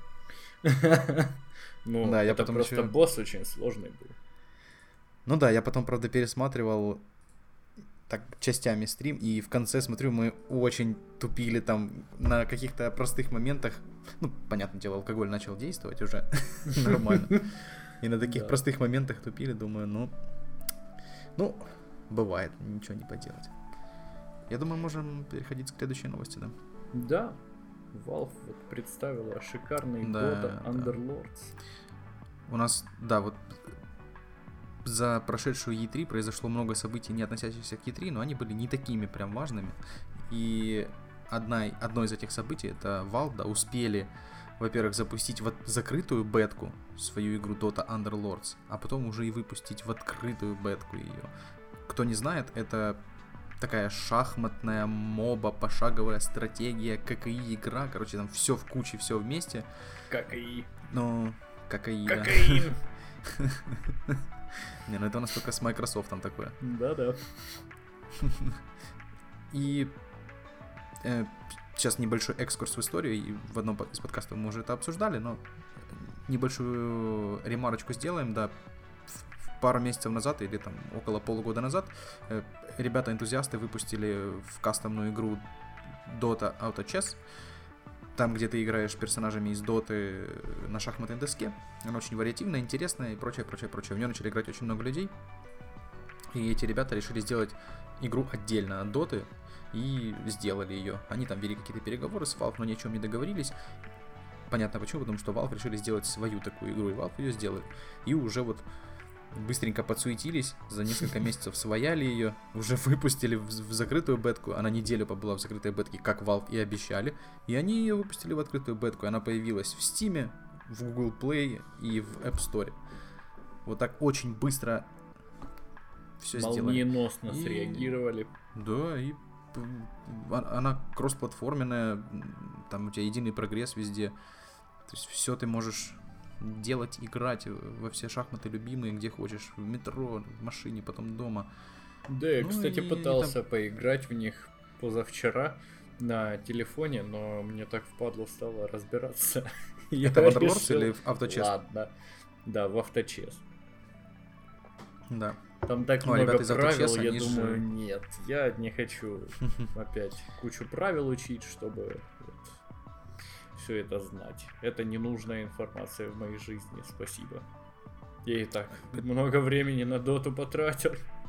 Ну, да, это просто босс очень сложный был. Ну да, я потом, правда, пересматривал так частями стрим, и в конце смотрю, мы очень тупили там на каких-то простых моментах. Ну, понятное дело, алкоголь начал действовать уже нормально. И на таких простых моментах тупили, думаю, ну, бывает, ничего не поделать. Я думаю, можем переходить к следующей новости, да? Да. Valve вот представила шикарный Dota Underlords. У нас, да, вот за прошедшую E3 произошло много событий, не относящихся к E3, но они были не такими прям важными. И одно из этих событий, это Valve, да, успели, во-первых, запустить в закрытую бетку свою игру Dota Underlords, а потом уже и выпустить в открытую бетку ее. Кто не знает, это такая шахматная моба, пошаговая стратегия, ККИ игра, короче, там все в куче, все вместе. ККИ. Ну, ККИ, да. Не, ну это у нас только с Microsoft там такое. Да-да. И сейчас небольшой экскурс в историю, и в одном из подкастов мы уже это обсуждали, но небольшую ремарочку сделаем, да. Пару месяцев назад, или там около полугода назад, ребята-энтузиасты выпустили в кастомную игру Dota Auto Chess, там, где ты играешь персонажами из Доты на шахматной доске. Она очень вариативная, интересная и прочее. В нее начали играть очень много людей. И эти ребята решили сделать игру отдельно от Доты и сделали ее. Они там вели какие-то переговоры с Valve, но ни о чем не договорились. Понятно почему, потому что Valve решили сделать свою такую игру, и Valve ее сделали. И уже вот быстренько подсуетились, за несколько месяцев свояли ее, уже выпустили в закрытую бетку, она неделю побыла в закрытой бетке, как Valve и обещали, и они ее выпустили в открытую бетку, она появилась в Steam, в Google Play и в App Store. Вот так очень быстро все сделали. Молниеносно среагировали. Да, и она кроссплатформенная, там у тебя единый прогресс везде, то есть все ты можешь делать, играть во все шахматы любимые, где хочешь, в метро, в машине, потом дома. Да, я, кстати, пытался поиграть в них позавчера на телефоне, но мне так впадло стало разбираться. Это в Underlords или в Auto Chess? Ладно, да, в Auto Chess. Да. Там так много правил, я думаю, нет, я не хочу опять кучу правил учить, чтобы все это знать. Это ненужная информация в моей жизни, спасибо. Я и так много времени на доту потратил.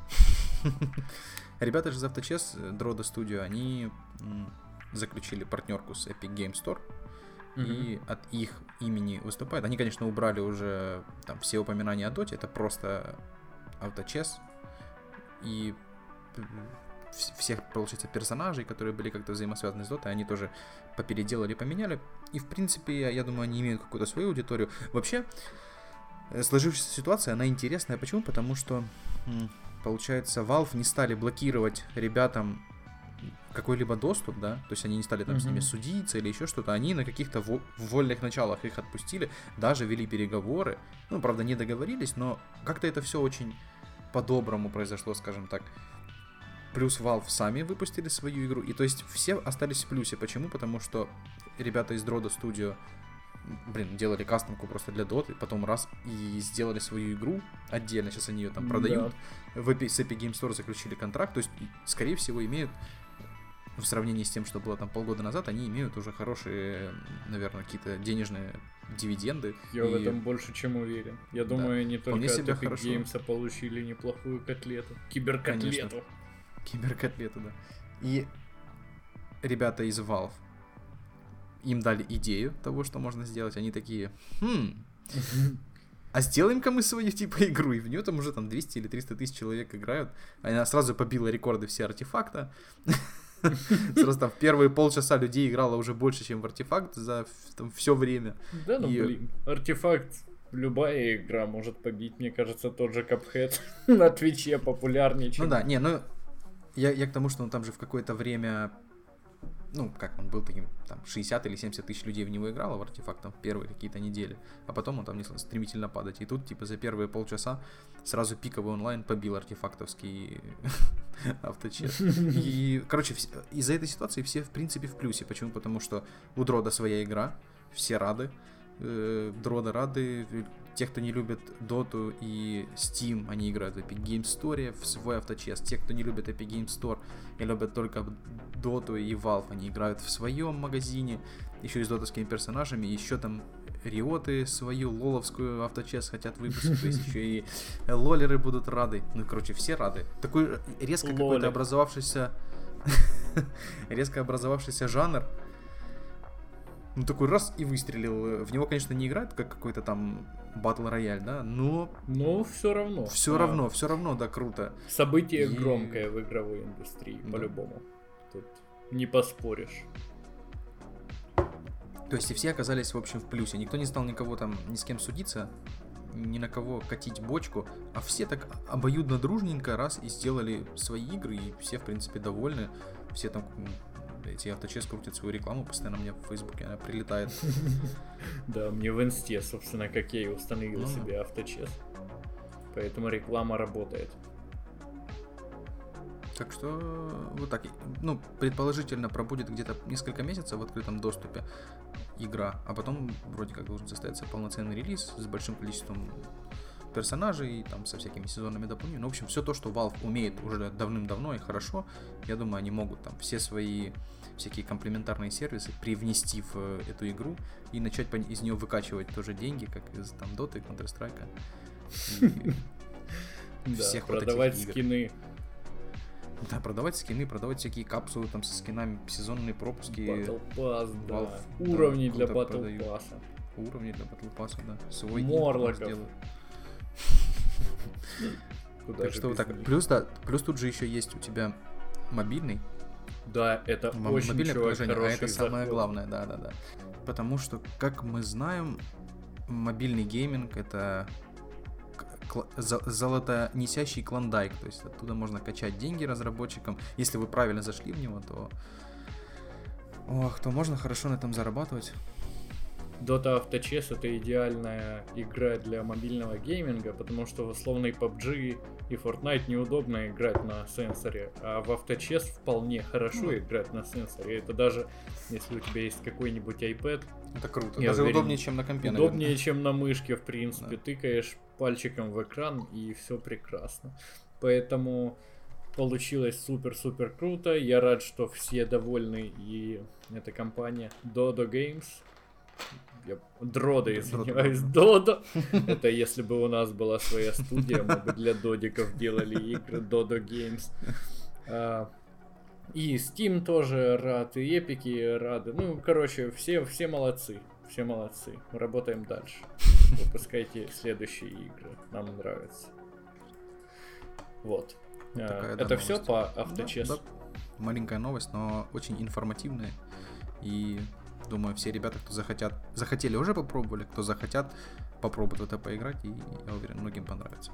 Ребята же из Auto Chess, Droda Studio, они заключили партнерку с Epic Game Store, и от их имени выступают. Они, конечно, убрали уже там все упоминания о доте, это просто Auto Chess, и всех, получается, персонажей, которые были как-то взаимосвязаны с дотой, они тоже попеределали, поменяли. И, в принципе, я думаю, они имеют какую-то свою аудиторию. Вообще, сложившаяся ситуация, она интересная. Почему? Потому что, получается, Valve не стали блокировать ребятам какой-либо доступ, да, то есть они не стали там с ними судиться или еще что-то, они на каких-то вольных началах их отпустили, даже вели переговоры, ну, правда, не договорились, но как-то это все очень по-доброму произошло, скажем так. Плюс Valve сами выпустили свою игру, и то есть все остались в плюсе. Почему? Потому что ребята из Droda Studio, делали кастомку просто для Dota, потом раз и сделали свою игру отдельно, сейчас они ее там продают, с Epic Game Store заключили контракт, то есть, скорее всего, имеют, в сравнении с тем, что было там полгода назад, они имеют уже хорошие, наверное, какие-то денежные дивиденды. Я в этом больше чем уверен. Я думаю, они только от Epic Games получили неплохую котлету. Киберкотлету. Конечно. Киберкотлету, да. И ребята из Valve, им дали идею того, что можно сделать. Они такие, а сделаем-ка мы свою типа игру. И в нее там уже там 200 или 300 тысяч человек играют. Она сразу побила рекорды все артефакта. Сразу там в первые полчаса людей играло уже больше, чем в артефакт за все время. Да, ну блин, артефакт любая игра может побить, мне кажется, тот же Cuphead на Твиче популярнее, чем... Ну да, я к тому, что он там же в какое-то время, как он был таким, там, 60 или 70 тысяч людей в него играло в Артефакт, там, в первые какие-то недели, а потом он там начал стремительно падать. И тут, типа, за первые полчаса сразу пиковый онлайн побил артефактовский авточес. И, короче, из-за этой ситуации все, в принципе, в плюсе. Почему? Потому что у Дрода своя игра, все рады, Дрода рады. Те, кто не любит Доту и Steam, они играют в Epic Games Store в свой авточес. Те, кто не любит Epic Games Store и любят только Доту и Valve, они играют в своем магазине, еще и с дотовскими персонажами, еще там Риоты свою лоловскую авточес хотят выпустить, то есть еще и лолеры будут рады. Короче, все рады. Такой резко какой-то резко образовавшийся жанр. Такой раз и выстрелил. В него, конечно, не играют, как какой-то там батл рояль, да, но... все равно. Все равно, да, круто. Событие громкое в игровой индустрии, по-любому. Тут не поспоришь. То есть и все оказались, в общем, в плюсе. Никто не стал никого там, ни с кем судиться, ни на кого катить бочку, а все так обоюдно дружненько раз и сделали свои игры, и все, в принципе, довольны. Все там... Эти авточес крутят свою рекламу, постоянно мне в Фейсбуке она прилетает. Да, мне в Инсте, собственно, как я и установил себе авточес. Поэтому реклама работает. Так что вот так. Предположительно, пробудет где-то несколько месяцев в открытом доступе игра, а потом вроде как должен состояться полноценный релиз с большим количеством персонажей, там, со всякими сезонными дополнениями. В общем, все то, что Valve умеет уже давным-давно и хорошо, я думаю, они могут там все свои всякие комплементарные сервисы привнести в эту игру и начать из нее выкачивать тоже деньги, как из там Dota и Counter-Strike. Да, продавать скины. Да, продавать скины, продавать всякие капсулы там со скинами, сезонные пропуски. Battle Pass, да. Уровни для Battle Pass. Уровни для Battle Pass, да. Свой Морлоков. Так что вот так. Плюс тут же еще есть у тебя мобильный. Да, это очень мобильное приложение, а это самое главное, да. Потому что, как мы знаем, мобильный гейминг — это золотонесящий клондайк, то есть оттуда можно качать деньги разработчикам. Если вы правильно зашли в него, то можно хорошо на этом зарабатывать. Dota Авточес — это идеальная игра для мобильного гейминга, потому что в условной PUBG и Fortnite неудобно играть на сенсоре, а в Авточес вполне хорошо играть на сенсоре. Это даже если у тебя есть какой-нибудь iPad. Это круто. Даже уверен, удобнее, чем на компе. Удобнее, чем на мышке, в принципе. Да. Тыкаешь пальчиком в экран, и все прекрасно. Поэтому получилось супер-супер круто. Я рад, что все довольны, и эта компания Dodo Games. Дрода, извиняюсь, Додо. Это если бы у нас была своя студия, мы бы для додиков делали игры Dodo Games. И Steam тоже рад, и Эпики рады. Все молодцы. Все молодцы. Работаем дальше. Выпускайте следующие игры. Нам нравится. Вот. Это все по авточесу. Да. Маленькая новость, но очень информативная. И думаю, все ребята, кто захотели, уже попробовали, кто захотят, попробуют это поиграть, и я уверен, многим понравится.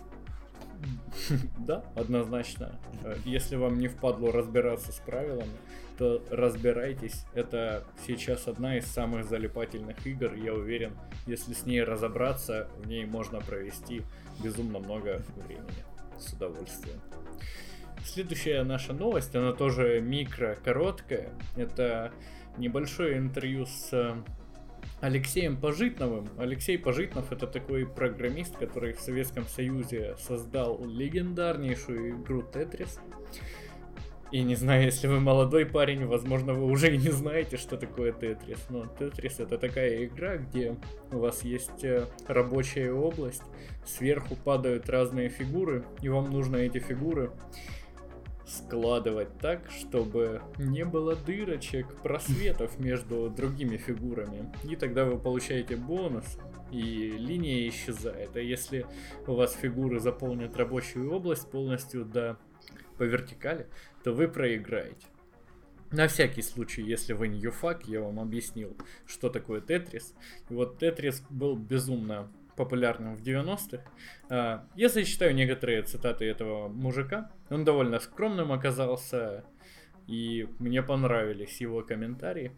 Да, однозначно. Если вам не впадло разбираться с правилами, то разбирайтесь. Это сейчас одна из самых залипательных игр. Я уверен, если с ней разобраться, в ней можно провести безумно много времени. С удовольствием. Следующая наша новость, она тоже короткая. Это небольшое интервью с Алексеем Пожитновым. Алексей Пожитнов — это такой программист, который в Советском Союзе создал легендарнейшую игру Tetris. И не знаю, если вы молодой парень, возможно, вы уже и не знаете, что такое Tetris. Но Tetris — это такая игра, где у вас есть рабочая область, сверху падают разные фигуры, и вам нужно эти фигуры складывать так, чтобы не было дырочек, просветов между другими фигурами. И тогда вы получаете бонус, и линия исчезает. А если у вас фигуры заполнят рабочую область полностью по вертикали, то вы проиграете. На всякий случай, если вы не юфак, я вам объяснил, что такое Тетрис. И вот Тетрис был безумно популярным в 90-х. Я зачитаю некоторые цитаты этого мужика. Он довольно скромным оказался, и мне понравились его комментарии.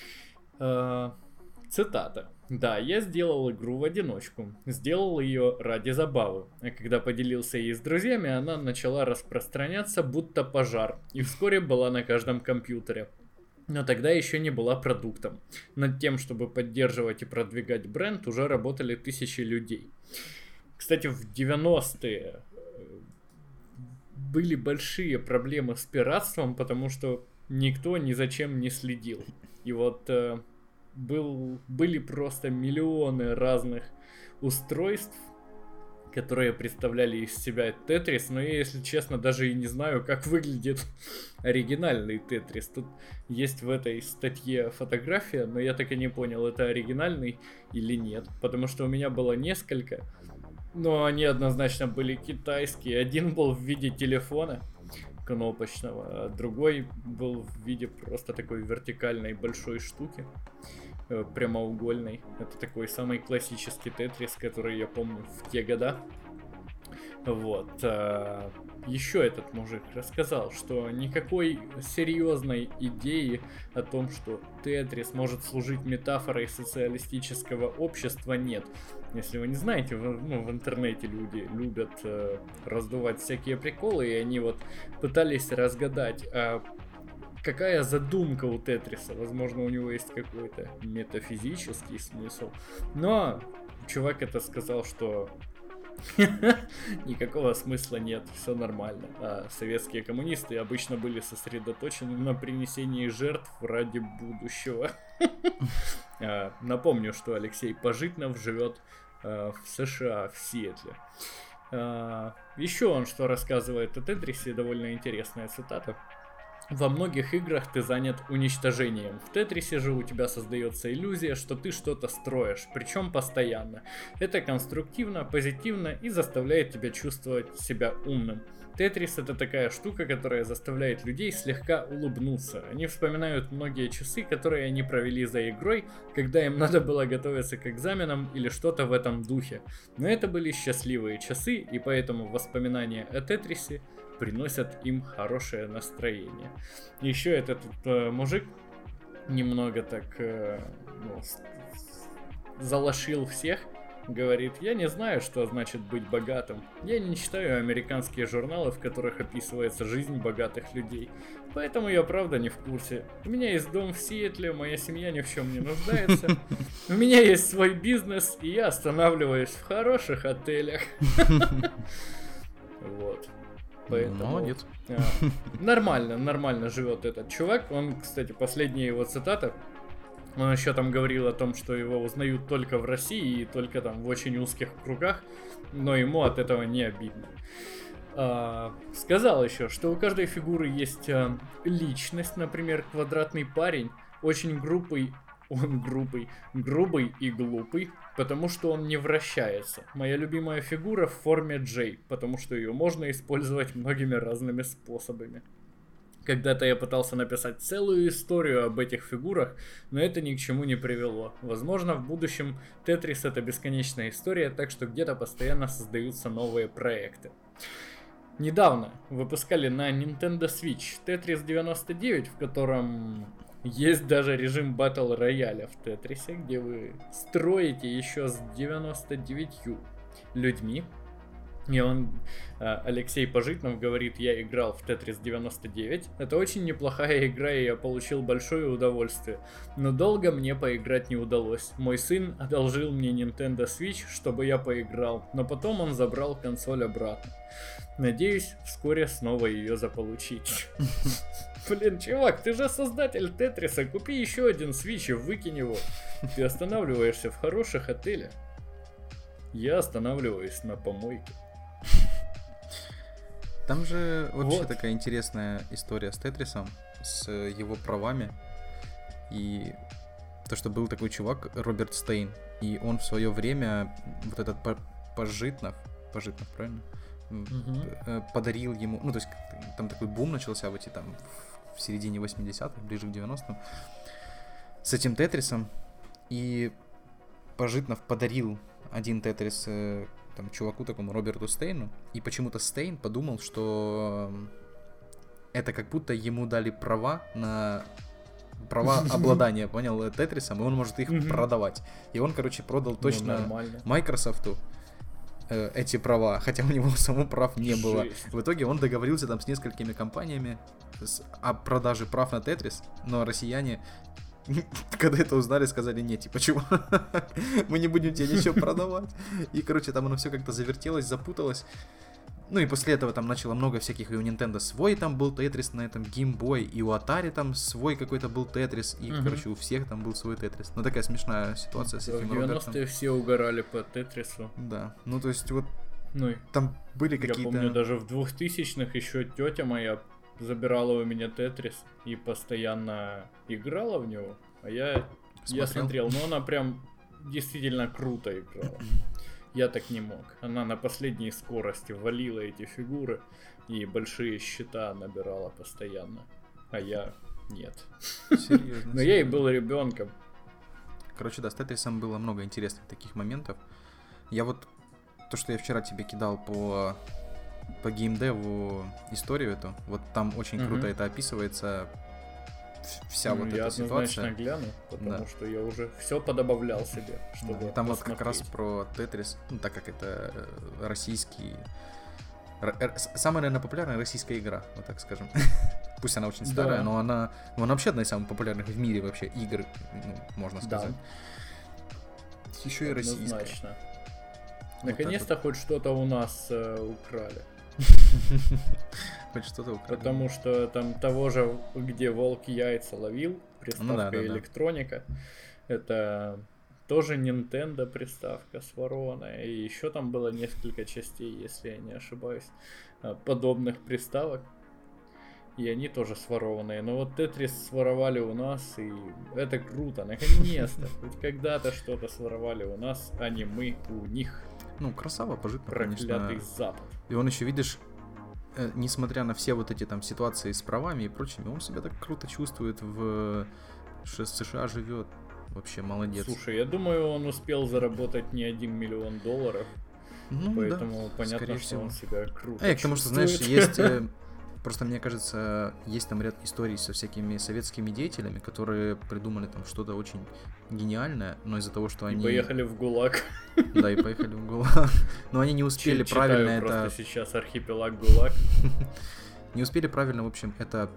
Цитата. «Да, я сделал игру в одиночку. Сделал ее ради забавы. А когда поделился ей с друзьями, она начала распространяться, будто пожар, и вскоре была на каждом компьютере. Но тогда еще не была продуктом. Над тем, чтобы поддерживать и продвигать бренд, уже работали тысячи людей». Кстати, в 90-е были большие проблемы с пиратством, потому что никто ни за чем не следил. И вот были просто миллионы разных устройств, которые представляли из себя Тетрис, но я, если честно, даже и не знаю, как выглядит оригинальный Тетрис. Тут есть в этой статье фотография, но я так и не понял, это оригинальный или нет, потому что у меня было несколько, но они однозначно были китайские. Один был в виде телефона кнопочного, а другой был в виде просто такой вертикальной большой штуки, прямоугольной. Это такой самый классический Тетрис, который я помню в те года. Вот. Еще этот мужик рассказал, что никакой серьезной идеи о том, что Тетрис может служить метафорой социалистического общества, нет. Если вы не знаете, в интернете люди любят раздувать всякие приколы, и они вот пытались разгадать, какая задумка у Тетриса. Возможно, у него есть какой-то метафизический смысл. Но чувак это сказал, что никакого смысла нет, все нормально. А советские коммунисты обычно были сосредоточены на принесении жертв ради будущего. Напомню, что Алексей Пожитнов живет в США, в Сиэтле. Еще он что рассказывает о Тетрисе, довольно интересная цитата. «Во многих играх ты занят уничтожением. В Тетрисе же у тебя создается иллюзия, что ты что-то строишь, причем постоянно. Это конструктивно, позитивно и заставляет тебя чувствовать себя умным. Тетрис — это такая штука, которая заставляет людей слегка улыбнуться. Они вспоминают многие часы, которые они провели за игрой, когда им надо было готовиться к экзаменам или что-то в этом духе. Но это были счастливые часы, и поэтому воспоминания о Тетрисе приносят им хорошее настроение». Еще этот мужик немного так залошил всех. Говорит: «Я не знаю, что значит быть богатым. Я не читаю американские журналы, в которых описывается жизнь богатых людей. Поэтому я правда не в курсе. У меня есть дом в Сиэтле, моя семья ни в чем не нуждается. У меня есть свой бизнес, и я останавливаюсь в хороших отелях». Вот. Поэтому, молодец. Нормально живет этот чувак. Он, кстати, последняя его цитата. Он еще там говорил о том, что его узнают только в России и только там в очень узких кругах, но ему от этого не обидно. Сказал еще, что у каждой фигуры есть личность, например, квадратный парень, очень грубый и глупый, потому что он не вращается. Моя любимая фигура в форме J, потому что ее можно использовать многими разными способами. Когда-то я пытался написать целую историю об этих фигурах, но это ни к чему не привело. Возможно, в будущем Тетрис — это бесконечная история, так что где-то постоянно создаются новые проекты. Недавно выпускали на Nintendo Switch Tetris 99, в котором есть даже режим Battle Royale в Тетрисе, где вы строите еще с 99 людьми. И Алексей Пожитнов говорит: «Я играл в Tetris 99. Это очень неплохая игра, и я получил большое удовольствие. Но долго мне поиграть не удалось. Мой сын одолжил мне Nintendo Switch, чтобы я поиграл, но потом он забрал консоль обратно. Надеюсь, вскоре снова ее заполучить». Блин, чувак, ты же создатель Тетриса, купи еще один Switch и выкинь его. Ты останавливаешься в хороших отелях. Я останавливаюсь на помойке. Там же вообще такая интересная история с Тетрисом, с его правами. И то, что был такой чувак, Роберт Стейн, и он в свое время, вот этот Пожитнов, правильно? Подарил ему, ну, то есть там такой бум начался в середине 80-х, ближе к 90-м, с этим Тетрисом, и Пожитнов подарил один Тетрис там чуваку такому Роберту Стейну, и почему-то Стейн подумал, что это как будто ему дали права обладания, понял, Тетрисом, и он может их продавать. И он, короче, продал точно Майкрософту эти права, хотя у него самого прав не было. В итоге он договорился там с несколькими компаниями о продаже прав на Тетрис, но россияне, когда это узнали, сказали: нет, типа, чего? Мы не будем тебе ничего продавать. И, короче, там оно все как-то завертелось, запуталось. Ну и после этого там начало много всяких, и у Nintendo свой там был Тетрис на этом Game Boy, и у Atari там свой какой-то был Тетрис, и, короче, у всех там был свой Тетрис. Ну такая смешная ситуация с этим Робертом. В 90-е все угорали по Тетрису. Да, ну то есть вот там были какие-то... Я помню, даже в 2000-х еще тетя моя забирала у меня Тетрис и постоянно играла в него, а я смотрел, но она прям действительно круто играла. Я так не мог. Она на последней скорости валила эти фигуры и большие счета набирала постоянно. А я нет. Серьезно. Но я и был ребенком. Короче, да, с Тетрисом было много интересных таких моментов. Я вот то, что я вчера тебе кидал по геймдеву историю эту, вот там очень круто это описывается. Вся вот эта ситуация. Я однозначно гляну, потому что я уже все подобавлял себе, чтобы там вот как раз про Тетрис, ну так как это российский... Самая, наверное, популярная российская игра, вот так скажем. Пусть она очень старая, но она вообще одна из самых популярных в мире вообще игр, можно сказать. Еще и российская. Наконец-то хоть что-то у нас украли. Хоть что-то украли. Потому что там того же, где волк яйца ловил, приставка электроника, это тоже Nintendo приставка сворованная, и еще там было несколько частей, если я не ошибаюсь, подобных приставок, и они тоже сворованные. Но вот Тетрис своровали у нас, и это круто, наконец-то, хоть когда-то что-то своровали у нас, а не мы у них. Ну, красава, пожитно, проклятый конечно. Запад. И он еще, видишь, несмотря на все вот эти там ситуации с правами и прочими, он себя так круто чувствует в США, живет. Вообще молодец. Слушай, я думаю, он успел заработать не $1 миллион, поэтому понятно, что он себя круто чувствует. К тому, что, знаешь, есть... Просто, мне кажется, есть там ряд историй со всякими советскими деятелями, которые придумали там что-то очень гениальное, но из-за того, что они... И поехали в ГУЛАГ. Да, и поехали в ГУЛАГ. Но они не успели правильно это... просто сейчас архипелаг ГУЛАГ. Не успели правильно, в общем, это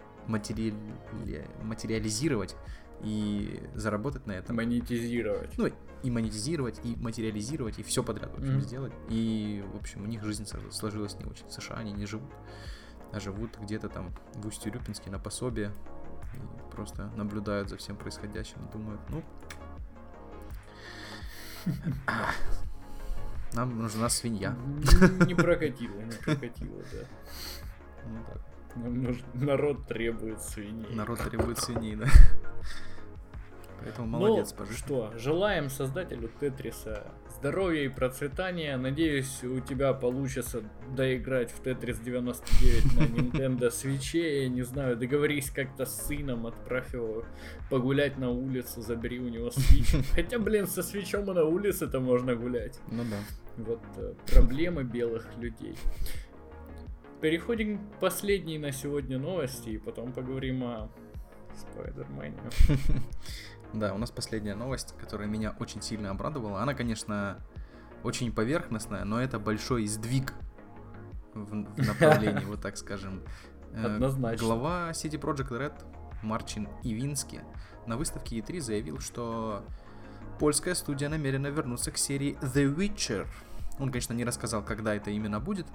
материализировать и заработать на этом. Монетизировать. Ну, и монетизировать, и материализировать, и все подряд, в общем, сделать. И, в общем, у них жизнь сложилась не очень. В США они не живут, а живут где-то там в Усть-Урюпинске на пособие и просто наблюдают за всем происходящим и думают, нам нужна свинья. Не прокатило, да. Ну так. Народ требует свиней. Народ требует свиней, да. Поэтому молодец, пожалуйста. Что, желаем создателю Тетриса здоровья и процветания. Надеюсь, у тебя получится доиграть в Тетрис 99 на Nintendo Switch. Я не знаю, договорись как-то с сыном, отправь его погулять на улицу, забери у него Switch. Хотя, со Switch'ом и на улице-то можно гулять. Ну да. Вот проблемы белых людей. Переходим к последней на сегодня новости, и потом поговорим о Спайдермене. Да, у нас последняя новость, которая меня очень сильно обрадовала. Она, конечно, очень поверхностная, но это большой сдвиг в направлении, вот так скажем. Однозначно. Глава CD Projekt Red Марчин Ивински на выставке E3 заявил, что польская студия намерена вернуться к серии The Witcher. Он, конечно, не рассказал, когда это именно будет,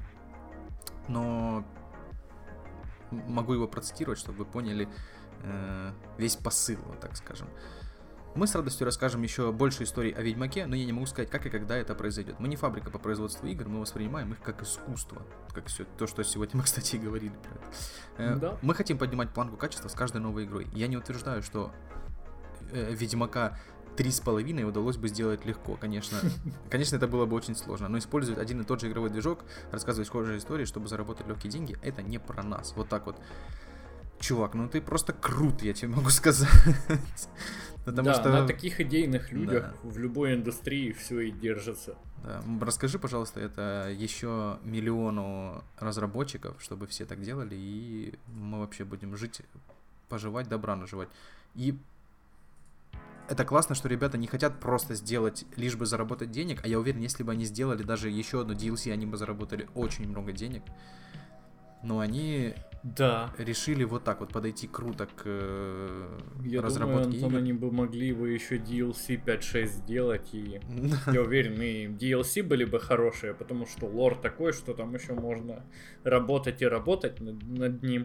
но могу его процитировать, чтобы вы поняли весь посыл, вот так скажем. Мы с радостью расскажем еще больше историй о Ведьмаке, но я не могу сказать, как и когда это произойдет. Мы не фабрика по производству игр, мы воспринимаем их как искусство. Как все то, что сегодня мы, кстати, говорили про это. Да. Мы хотим поднимать планку качества с каждой новой игрой. Я не утверждаю, что Ведьмака 3,5 удалось бы сделать легко, конечно. Конечно, это было бы очень сложно, но использовать один и тот же игровой движок, рассказывать схожие истории, чтобы заработать легкие деньги, это не про нас. Вот так вот. чувак, ну ты просто крут, я тебе могу сказать. Потому что на таких идейных людях в любой индустрии все и держится. Да. Расскажи, пожалуйста, это еще миллиону разработчиков, чтобы все так делали, и мы вообще будем жить, поживать, добра наживать. И это классно, что ребята не хотят просто сделать, лишь бы заработать денег, а я уверен, если бы они сделали даже еще одну DLC, они бы заработали очень много денег. Но они решили вот так вот подойти круто к разработке игр. Они бы могли еще DLC 5-6 сделать, и я уверен, и DLC были бы хорошие, потому что лор такой, что там еще можно работать и работать над ним.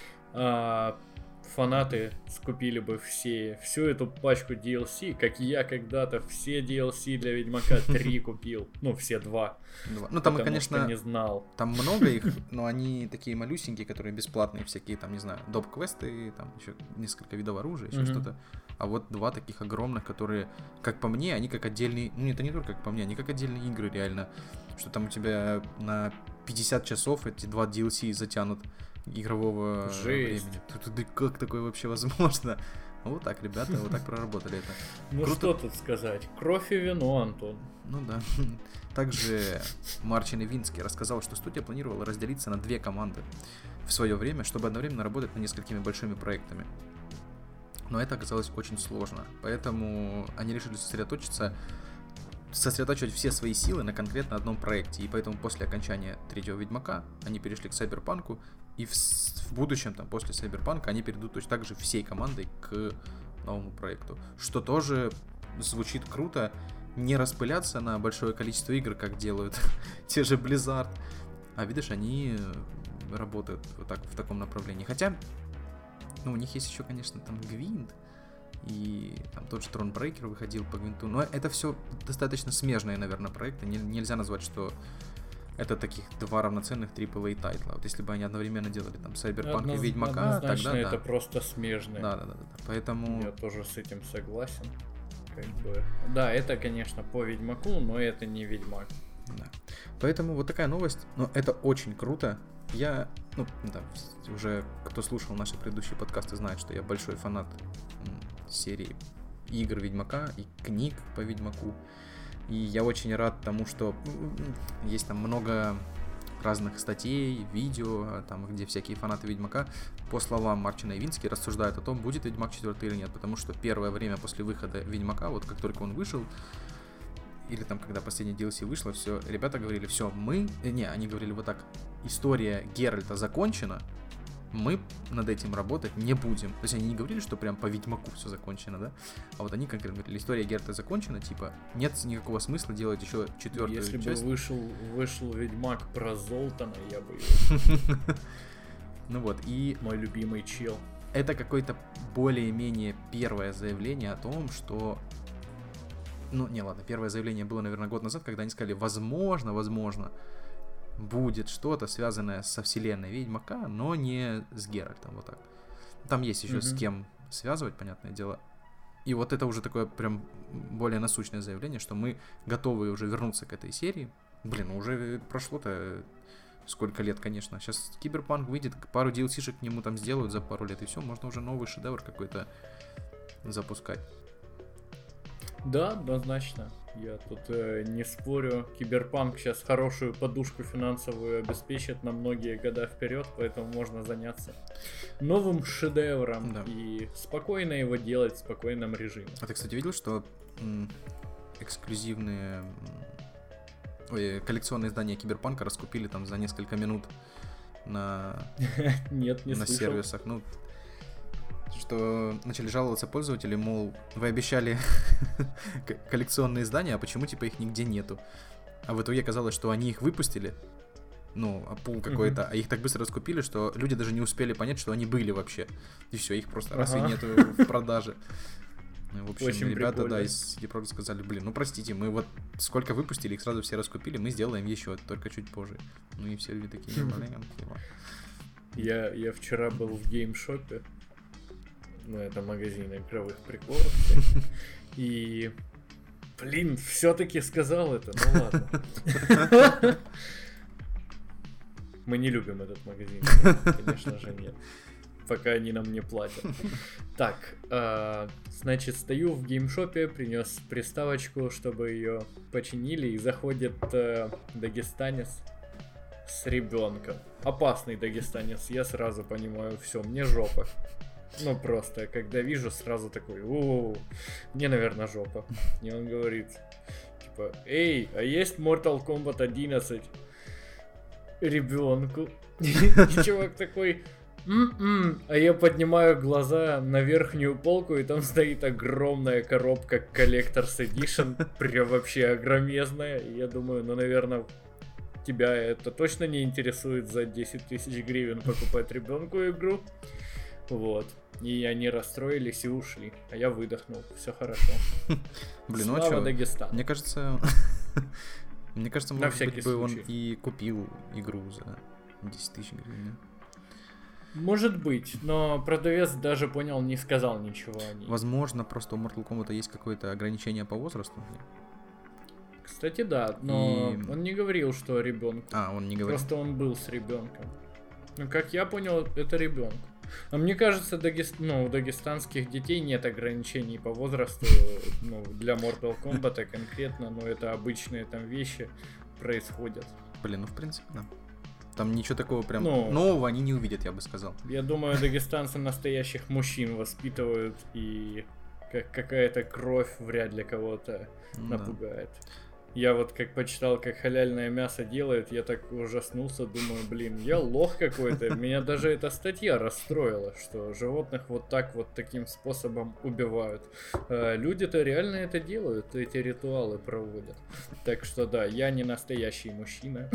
Фанаты скупили бы всю эту пачку DLC, как я когда-то все DLC для Ведьмака 3 купил. Ну, все 2. Ну, там, конечно, не знал. Там много их, но они такие малюсенькие, которые бесплатные, всякие, там, не знаю, доп-квесты, там еще несколько видов оружия, еще что-то. А вот 2 таких огромных, которые, как по мне, они как отдельные... Ну, это не только как по мне, они как отдельные игры, реально. Что там у тебя на 50 часов эти 2 DLC затянут игрового времени. Как такое вообще возможно? Вот так, ребята, вот так проработали это. Ну круто. Что тут сказать? Кровь и вино, Антон. Ну да. Также Марчин Ивинский рассказал, что студия планировала разделиться на 2 команды в свое время, чтобы одновременно работать над несколькими большими проектами. Но это оказалось очень сложно. Поэтому они решили сосредоточивать все свои силы на конкретно одном проекте. И поэтому после окончания 3-го Ведьмака они перешли к Сайберпанку. И в будущем, там, после Сайберпанка, они перейдут точно так же всей командой к новому проекту. Что тоже звучит круто. Не распыляться на большое количество игр, как делают те же Blizzard. А видишь, они работают вот так, в таком направлении. Хотя, ну, у них есть еще, конечно, там Гвинт. И там тот же Thronebreaker выходил по Гвинту. Но это все достаточно смежные, наверное, проекты. Нельзя назвать, что это таких 2 равноценных AAA тайтла. Вот если бы они одновременно делали там Cyberpunk и Ведьмака, тогда да. Это просто смежные. Да. Поэтому... Я тоже с этим согласен. Как бы... Да, это, конечно, по Ведьмаку, но это не Ведьмак. Да. Поэтому вот такая новость. Но это очень круто. Я, уже кто слушал наши предыдущие подкасты, знает, что я большой фанат серии игр Ведьмака и книг по Ведьмаку. И я очень рад тому, что есть там много разных статей, видео, там, где всякие фанаты Ведьмака, по словам Марчина Ивински, рассуждают о том, будет Ведьмак 4 или нет, потому что первое время после выхода Ведьмака, вот как только он вышел, или там, когда последняя DLC вышла, все, ребята говорили, все, они говорили вот так, история Геральта закончена, мы над этим работать не будем. То есть они не говорили, что прям по Ведьмаку все закончено, да? А вот они конкретно говорили, история Геральта закончена, типа, нет никакого смысла делать еще 4-ю часть. Если бы вышел Ведьмак про Золтана, я бы... Ну вот, и... Мой любимый чел. Это какое-то более-менее первое заявление о том, что... Ну, не, ладно, первое заявление было, наверное, год назад, когда они сказали, возможно, будет что-то связанное со вселенной Ведьмака, но не с Геральтом, вот так. Там есть еще с кем связывать, понятное дело. И вот это уже такое прям более насущное заявление, что мы готовы уже вернуться к этой серии. Блин, уже прошло-то сколько лет, конечно. Сейчас Киберпанк выйдет, пару DLC-шек к нему там сделают за пару лет, и все, можно уже новый шедевр какой-то запускать. Да, однозначно. Я тут не спорю. Киберпанк сейчас хорошую подушку финансовую обеспечит на многие года вперед, поэтому можно заняться новым шедевром и спокойно его делать в спокойном режиме. А ты, кстати, видел, что эксклюзивные коллекционные издания Киберпанка раскупили там за несколько минут на сервисах? Ну, что начали жаловаться пользователи, мол, вы обещали коллекционные издания, а почему типа их нигде нету? А в итоге оказалось, что они их выпустили, пул какой-то, а их так быстро раскупили, что люди даже не успели понять, что они были вообще. И все, их просто раз и нету в продаже. В общем, очень ребята, прикольно. Из CD Projekt сказали, простите, мы вот сколько выпустили, их сразу все раскупили, мы сделаем еще, только чуть позже. Ну и все люди такие, Я вчера был в геймшопе. Это магазин игровых приколов. И, все-таки сказал это, ладно. Мы не любим этот магазин, конечно же, нет. пока они нам не платят. Так, значит, стою в геймшопе, принес приставочку, чтобы ее починили, и заходит дагестанец с ребенком. Опасный дагестанец, я сразу понимаю, все, мне жопа. Ну просто, когда вижу, сразу такой, мне, наверное, жопа. И он говорит, типа, эй, а есть Mortal Kombat 11? Ребенку. И чувак такой, а я поднимаю глаза на верхнюю полку, и там стоит огромная коробка Collector's Edition, прям вообще огромезная. И я думаю, ну, наверное, тебя это точно не интересует за 10 тысяч гривен покупать ребенку игру. Вот. И они расстроились и ушли. А я выдохнул. Все хорошо. Блин, ну а что? Дагестан. Мне кажется, может быть, бы он и купил игру за 10 тысяч гривен. Может быть, но продавец даже понял, не сказал ничего о ней. Возможно, просто у Mortal Kombat есть какое-то ограничение по возрасту. Кстати, да, но он не говорил, что ребенку. Он не говорил. Просто он был с ребенком. Ну, как я понял, это ребенку. А мне кажется, у дагестанских детей нет ограничений по возрасту, для Mortal Kombat конкретно, но это обычные там вещи происходят. Блин, в принципе, да. Там ничего такого прям нового они не увидят, я бы сказал. Я думаю, дагестанцы настоящих мужчин воспитывают, и какая-то кровь вряд ли кого-то напугает. Я вот как почитал, как халяльное мясо делают, я так ужаснулся, думаю, блин, я лох какой-то. Меня даже эта статья расстроила, что животных вот так вот таким способом убивают. Люди-то реально это делают, эти ритуалы проводят. Так что да, я не настоящий мужчина.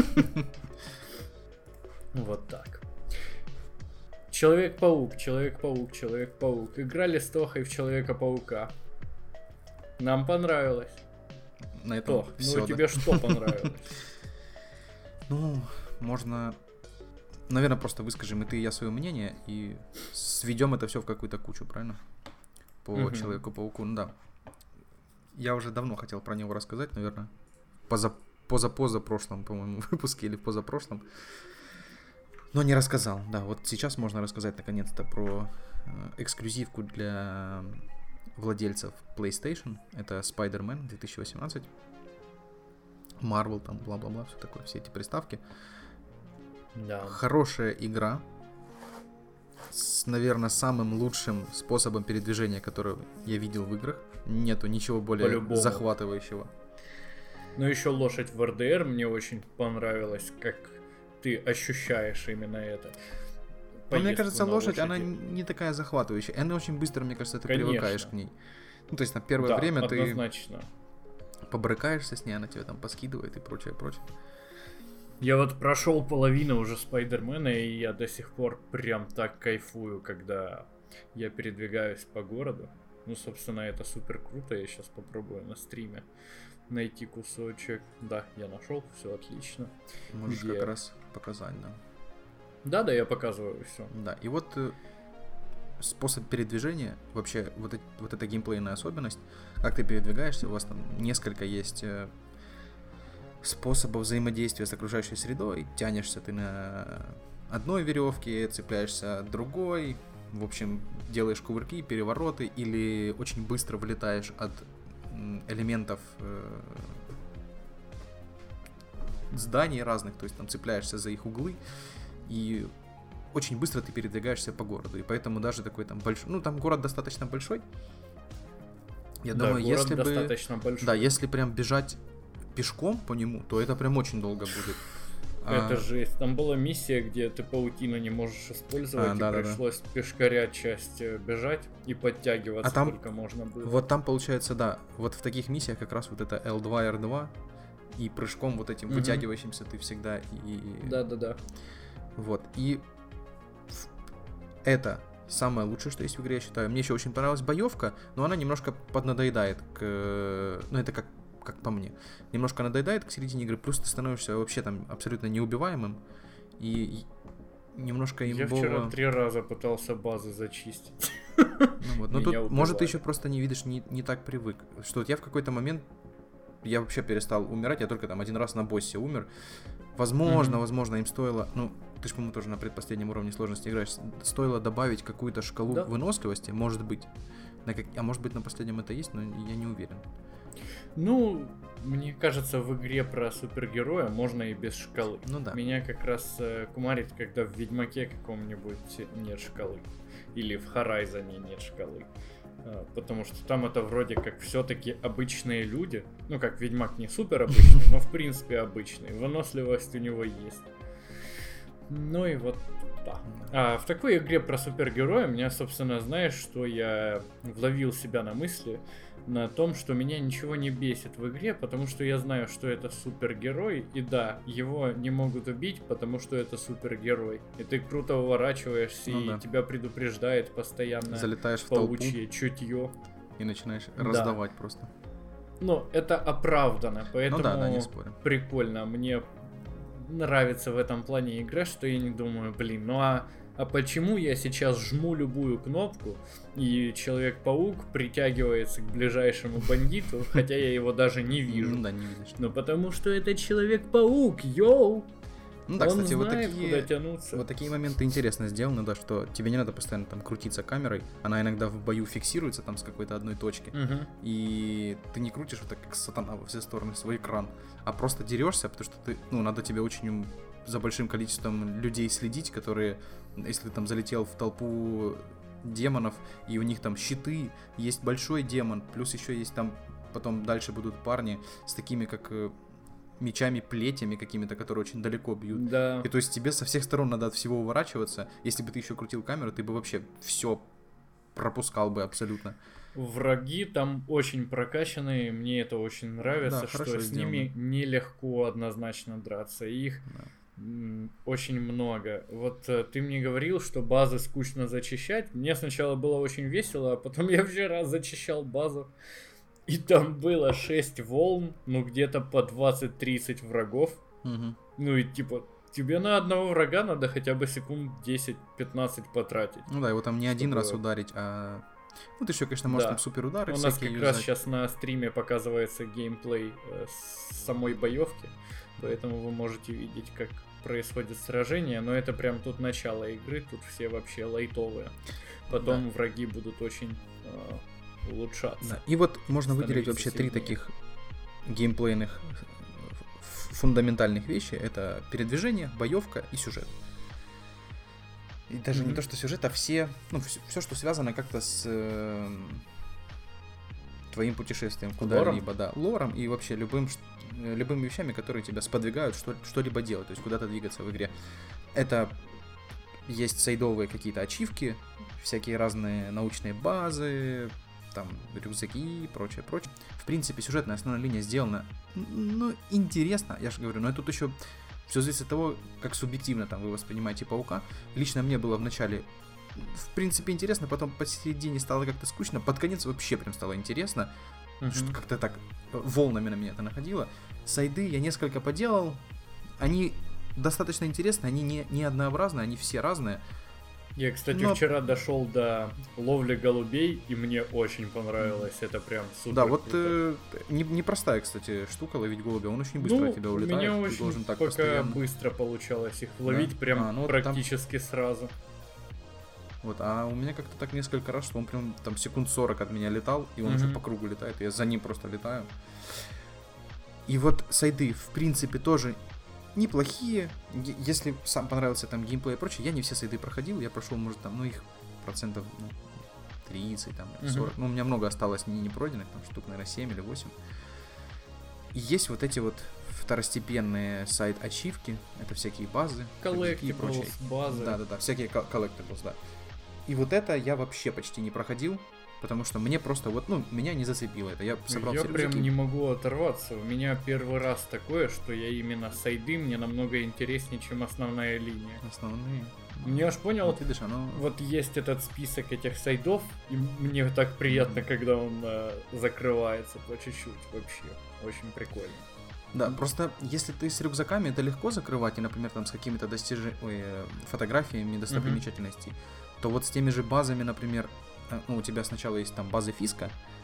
Вот так. Человек-паук. Играли с Тохой в Человека-паука. Нам понравилось. На этом все, тебе что понравилось? Ну, можно... Наверное, просто выскажем и ты, и я свое мнение, и сведем это все в какую-то кучу, правильно? По Человеку-пауку, ну да. Я уже давно хотел про него рассказать, наверное. Позапрошлом, по-моему, выпуске или позапрошлом. Но не рассказал, да. Вот сейчас можно рассказать, наконец-то, про эксклюзивку для... владельцев PlayStation. Это Spider-Man 2018. Marvel, там, бла-бла-бла, все такое, все эти приставки. Да. Хорошая игра. С, наверное, самым лучшим способом передвижения, который я видел в играх. Нету ничего более захватывающего. Ну, еще лошадь в RDR мне очень понравилось, как ты ощущаешь именно это. Но мне кажется, лошадь, она не такая захватывающая. Она очень быстро, мне кажется, ты привыкаешь к ней. Ну, то есть на первое время однозначно. Ты побрыкаешься с ней, она тебя там поскидывает и прочее. Я вот прошел половину уже Спайдермена, и я до сих пор прям так кайфую, когда я передвигаюсь по городу. Ну, собственно, это супер круто. Я сейчас попробую на стриме найти кусочек. Да, я нашел, все отлично. Можешь как раз показать, да. Да, я показываю все. Да, и вот способ передвижения, вообще вот эта геймплейная особенность, как ты передвигаешься, у вас там несколько есть способов взаимодействия с окружающей средой, тянешься ты на одной веревке, цепляешься от другой, в общем, делаешь кувырки, перевороты, или очень быстро вылетаешь от элементов зданий разных, то есть там цепляешься за их углы, и очень быстро ты передвигаешься по городу. И поэтому даже такой там большой... Ну, там город достаточно большой. Я думаю, если бы... Да, если прям бежать пешком по нему, то это прям очень долго будет. Это жесть. Там была миссия, где ты паутину не можешь использовать, и пришлось пешкаря часть бежать и подтягиваться, сколько можно было. Вот там получается, да, вот в таких миссиях как раз вот это L2, R2, и прыжком вот этим вытягивающимся ты всегда и... Да. Вот, и это самое лучшее, что есть в игре, я считаю. Мне еще очень понравилась боевка, но она немножко поднадоедает ну, это как по мне. Немножко надоедает к середине игры, плюс ты становишься вообще там абсолютно неубиваемым, и немножко имбово... Я вчера 3 раза пытался базы зачистить. Ну вот, но тут, может, ты еще просто не видишь, не так привык. Что вот я в какой-то момент я вообще перестал умирать, я только там один раз на боссе умер. Возможно, им стоило, ну, ты же, по-моему, тоже на предпоследнем уровне сложности играешь, стоило добавить какую-то шкалу выносливости, может быть. А может быть, на последнем это есть, но я не уверен. Ну, мне кажется, в игре про супергероя можно и без шкалы. Ну да. Меня как раз кумарит, когда в Ведьмаке каком-нибудь нет шкалы. Или в Horizon нет шкалы. Потому что там это вроде как все-таки обычные люди. Ну, как Ведьмак не супер обычный, но в принципе обычный. Выносливость у него есть. Ну и вот, да. А в такой игре про супергероя меня, собственно, знаешь, что я вловил себя на мысли на том, что меня ничего не бесит в игре, потому что я знаю, что это супергерой, и да, его не могут убить, потому что это супергерой. И ты круто уворачиваешься, и тебя предупреждает постоянно залетаешь в паучье чутье. И начинаешь раздавать просто. Ну, это оправдано, поэтому не спорю. Прикольно. Мне нравится в этом плане игра, что я не думаю, а почему я сейчас жму любую кнопку, и Человек-паук притягивается к ближайшему бандиту, хотя я его даже не вижу. Ну да, не видишь. Ну потому что это Человек-паук, йоу! Ну да, он кстати, знает, куда тянуться. Вот такие моменты интересно сделаны, да, что тебе не надо постоянно там крутиться камерой, она иногда в бою фиксируется там с какой-то одной точки, и ты не крутишь вот так, как сатана, во все стороны свой экран, а просто дерешься, потому что надо тебе очень за большим количеством людей следить, которые, если ты там залетел в толпу демонов, и у них там щиты, есть большой демон, плюс еще есть там, потом дальше будут парни с такими, как мечами-плетями какими-то, которые очень далеко бьют. Да. И то есть тебе со всех сторон надо от всего уворачиваться. Если бы ты еще крутил камеру, ты бы вообще все пропускал бы абсолютно. Враги там очень прокачанные, мне это очень нравится, что с ними нелегко однозначно драться. Их очень много. Вот ты мне говорил, что базы скучно зачищать. Мне сначала было очень весело, а потом я вчера зачищал базу. И там было 6 волн, где-то по 20-30 врагов. Ну и типа, тебе на одного врага надо хотя бы секунд 10-15 потратить. Ну да, его там не один раз ударить, а... Ну ты еще, конечно, можешь там супер удары у нас как раз сейчас на стриме показывается геймплей самой боевки, поэтому вы можете видеть, как происходит сражение, но это прям тут начало игры, тут все вообще лайтовые. Потом враги будут очень... улучшаться. Да. И вот можно выделить вообще сильнее. 3 таких геймплейных фундаментальных вещи. Это передвижение, боевка и сюжет. И даже не то, что сюжет, а все, все, что связано как-то с твоим путешествием куда-либо, лором и вообще любыми вещами, которые тебя сподвигают что-либо делать, то есть куда-то двигаться в игре. Это есть сайдовые какие-то ачивки, всякие разные научные базы, там рюкзаки и прочее. В принципе, сюжетная основная линия сделана, интересно, я же говорю, но тут еще все зависит от того, как субъективно там вы воспринимаете Паука. Лично мне было вначале, в принципе, интересно, потом посередине стало как-то скучно, под конец вообще прям стало интересно, что как-то так волнами на меня это находило. Сайды я несколько поделал, они достаточно интересны, они не однообразны, они все разные. Я, кстати, вчера дошел до ловли голубей, и мне очень понравилось. Это прям супер. Да, вот непростая, кстати, штука ловить голубя. Он очень быстро от тебя улетает. У меня очень так пока постоянно быстро получалось их ловить, прям практически сразу. Вот, а у меня как-то так несколько раз, что он прям там секунд 40 от меня летал, и он уже по кругу летает, и я за ним просто летаю. И вот сайды, в принципе, тоже неплохие. Если сам понравился там геймплей и прочее, я не все сайды проходил, я прошел, может, там, их процентов 30, там, 40. У меня много осталось не пройденных, там, штук, наверное, 7 или 8. И есть вот эти вот второстепенные сайт-ачивки, это всякие базы. Collectibles, базы. Да, всякие collectibles, да. И вот это я вообще почти не проходил, потому что мне просто меня не зацепило это. Я собрал все рюкзаки. Прям не могу оторваться. У меня первый раз такое, что я именно сайды мне намного интереснее, чем основная линия. Основные? Мне аж понял, вот, видишь, вот есть этот список этих сайдов, и мне так приятно, когда он закрывается по чуть-чуть вообще. Очень прикольно. Да, просто если ты с рюкзаками, это легко закрывать, и, например, там с какими-то фотографиями достопримечательностей, то вот с теми же базами, например, у тебя сначала есть там базы Фиска,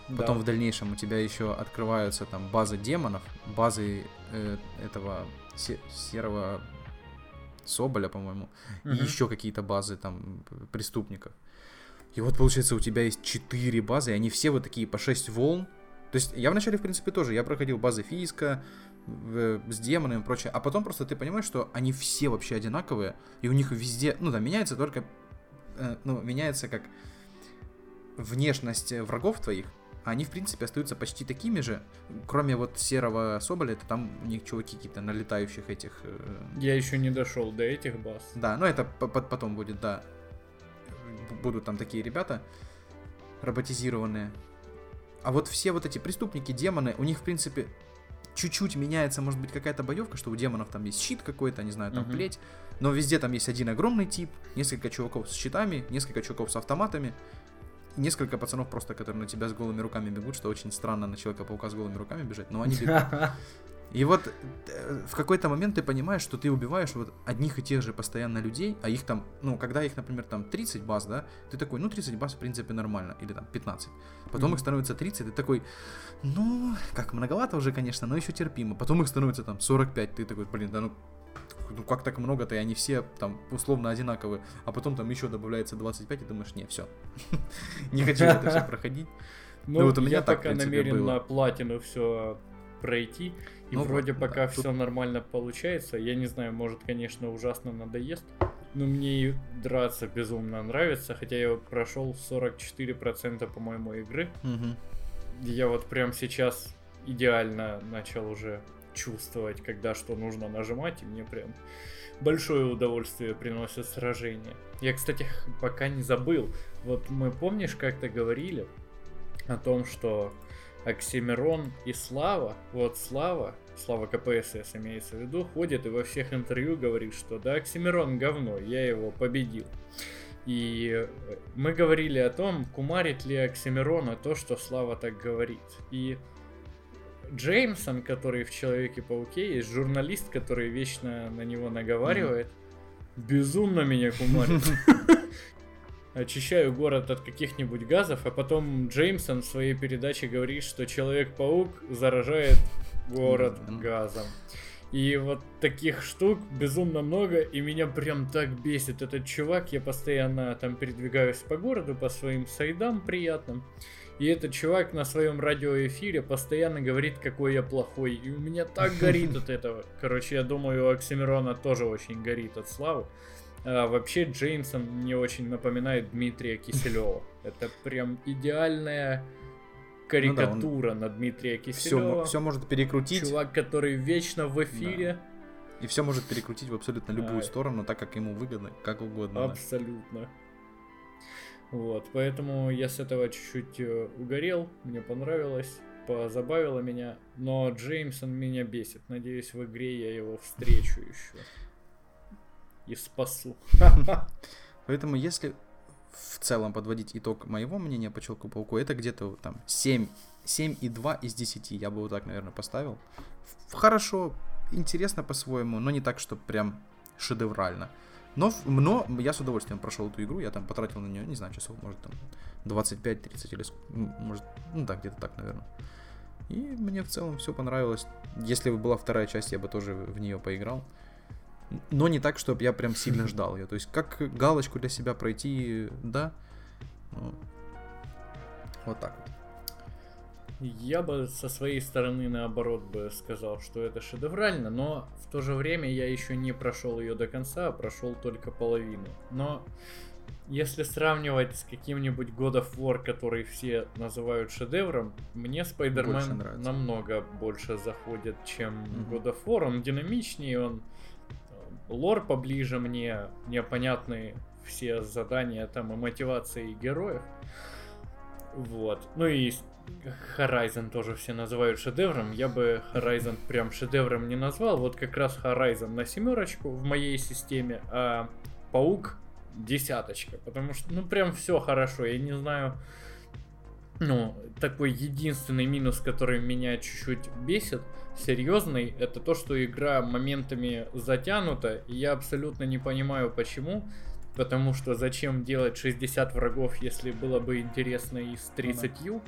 потом в дальнейшем у тебя еще открываются там базы демонов, базы этого серого Соболя, по-моему, и еще какие-то базы там преступников. И вот, получается, у тебя есть 4 базы, и они все вот такие по 6 волн. То есть я вначале, в принципе, тоже, я проходил базы Фиска с демонами и прочее, а потом просто ты понимаешь, что они все вообще одинаковые, и у них везде, ну да, меняется только, меняется как внешность врагов твоих, а они, в принципе, остаются почти такими же, кроме вот серого Соболя, это там у них чуваки какие-то налетающих этих... Я еще не дошел до этих баз. Да, но это потом будет, да. Будут там такие ребята роботизированные. А вот все вот эти преступники, демоны, у них, в принципе, чуть-чуть меняется, может быть, какая-то боевка, что у демонов там есть щит какой-то, не знаю, там плеть, но везде там есть один огромный тип, несколько чуваков с щитами, несколько чуваков с автоматами, несколько пацанов просто, которые на тебя с голыми руками бегут, что очень странно на Человека-паука с голыми руками бежать, но они бегут. И вот в какой-то момент ты понимаешь, что ты убиваешь вот одних и тех же постоянно людей, а их там, когда их, например, там 30 баз, да, ты такой, 30 баз в принципе нормально, или там 15. Потом их становится 30, ты такой, как многовато уже, конечно, но еще терпимо. Потом их становится там 45, ты такой, блин, да как так много-то, и они все там условно одинаковые, а потом там еще добавляется 25, и думаешь, не, все, не хочу это все проходить. Вот у меня так, пока намерен на платину все пройти, и вроде пока все нормально получается. Я не знаю, может, конечно, ужасно надоест, но мне драться безумно нравится, хотя я прошел 44%, по-моему, игры. Я вот прям сейчас идеально начал уже чувствовать, когда что нужно нажимать, и мне прям большое удовольствие приносит сражения. Я, кстати, пока не забыл, вот мы, помнишь, как-то говорили о том, что Оксимирон и Слава, вот Слава КПСС имеется в виду, ходит и во всех интервью говорит, что да, Оксимирон говно, я его победил. И мы говорили о том, кумарит ли Оксимирона то, что Слава так говорит. И Джеймсон, который в Человеке-пауке, есть журналист, который вечно на него наговаривает, безумно меня кумарит. Очищаю город от каких-нибудь газов, а потом Джеймсон в своей передаче говорит, что Человек-паук заражает город газом. И вот таких штук безумно много, и меня прям так бесит этот чувак. Я постоянно там передвигаюсь по городу, по своим сайдам приятным. И этот чувак на своем радиоэфире постоянно говорит, какой я плохой. И у меня так горит от этого. Короче, я думаю, у Оксимирона тоже очень горит от славы. А вообще Джеймсон мне очень напоминает Дмитрия Киселева. Это прям идеальная карикатура на Дмитрия Киселева. Все может перекрутить. Чувак, который вечно в эфире. Да. И все может перекрутить в абсолютно любую сторону, так как ему выгодно, как угодно. Абсолютно. Да. Вот, поэтому я с этого чуть-чуть угорел, мне понравилось, позабавило меня, но Джеймсон меня бесит. Надеюсь, в игре я его встречу еще и спасу. Поэтому, если в целом подводить итог моего мнения по Человеку-пауку, это где-то там 7,2 из 10, я бы вот так, наверное, поставил. Хорошо, интересно по-своему, но не так, что прям шедеврально. Но я с удовольствием прошел эту игру, я там потратил на нее, не знаю, часов, может, там 25-30 или, может, да, где-то так, наверное. И мне в целом все понравилось. Если бы была вторая часть, я бы тоже в нее поиграл. Но не так, чтобы я прям сильно ждал ее. То есть, как галочку для себя пройти, да. Вот так вот. Я бы со своей стороны, наоборот, бы сказал, что это шедеврально, но в то же время я еще не прошел ее до конца, а прошел только половину. Но если сравнивать с каким-нибудь God of War, который все называют шедевром, мне Spider-Man намного больше заходит, чем God of War. Он динамичнее, он лор поближе мне, непонятные все задания там и мотивации героев. Вот. Ну и Horizon тоже все называют шедевром. Я бы Horizon прям шедевром не назвал. Вот как раз Horizon на 7 в моей системе, а Паук 10. Потому что, прям все хорошо. Я не знаю, такой единственный минус, который меня чуть-чуть бесит, серьезный, это то, что игра моментами затянута. И я абсолютно не понимаю, почему. Потому что зачем делать 60 врагов, если было бы интересно и с 30?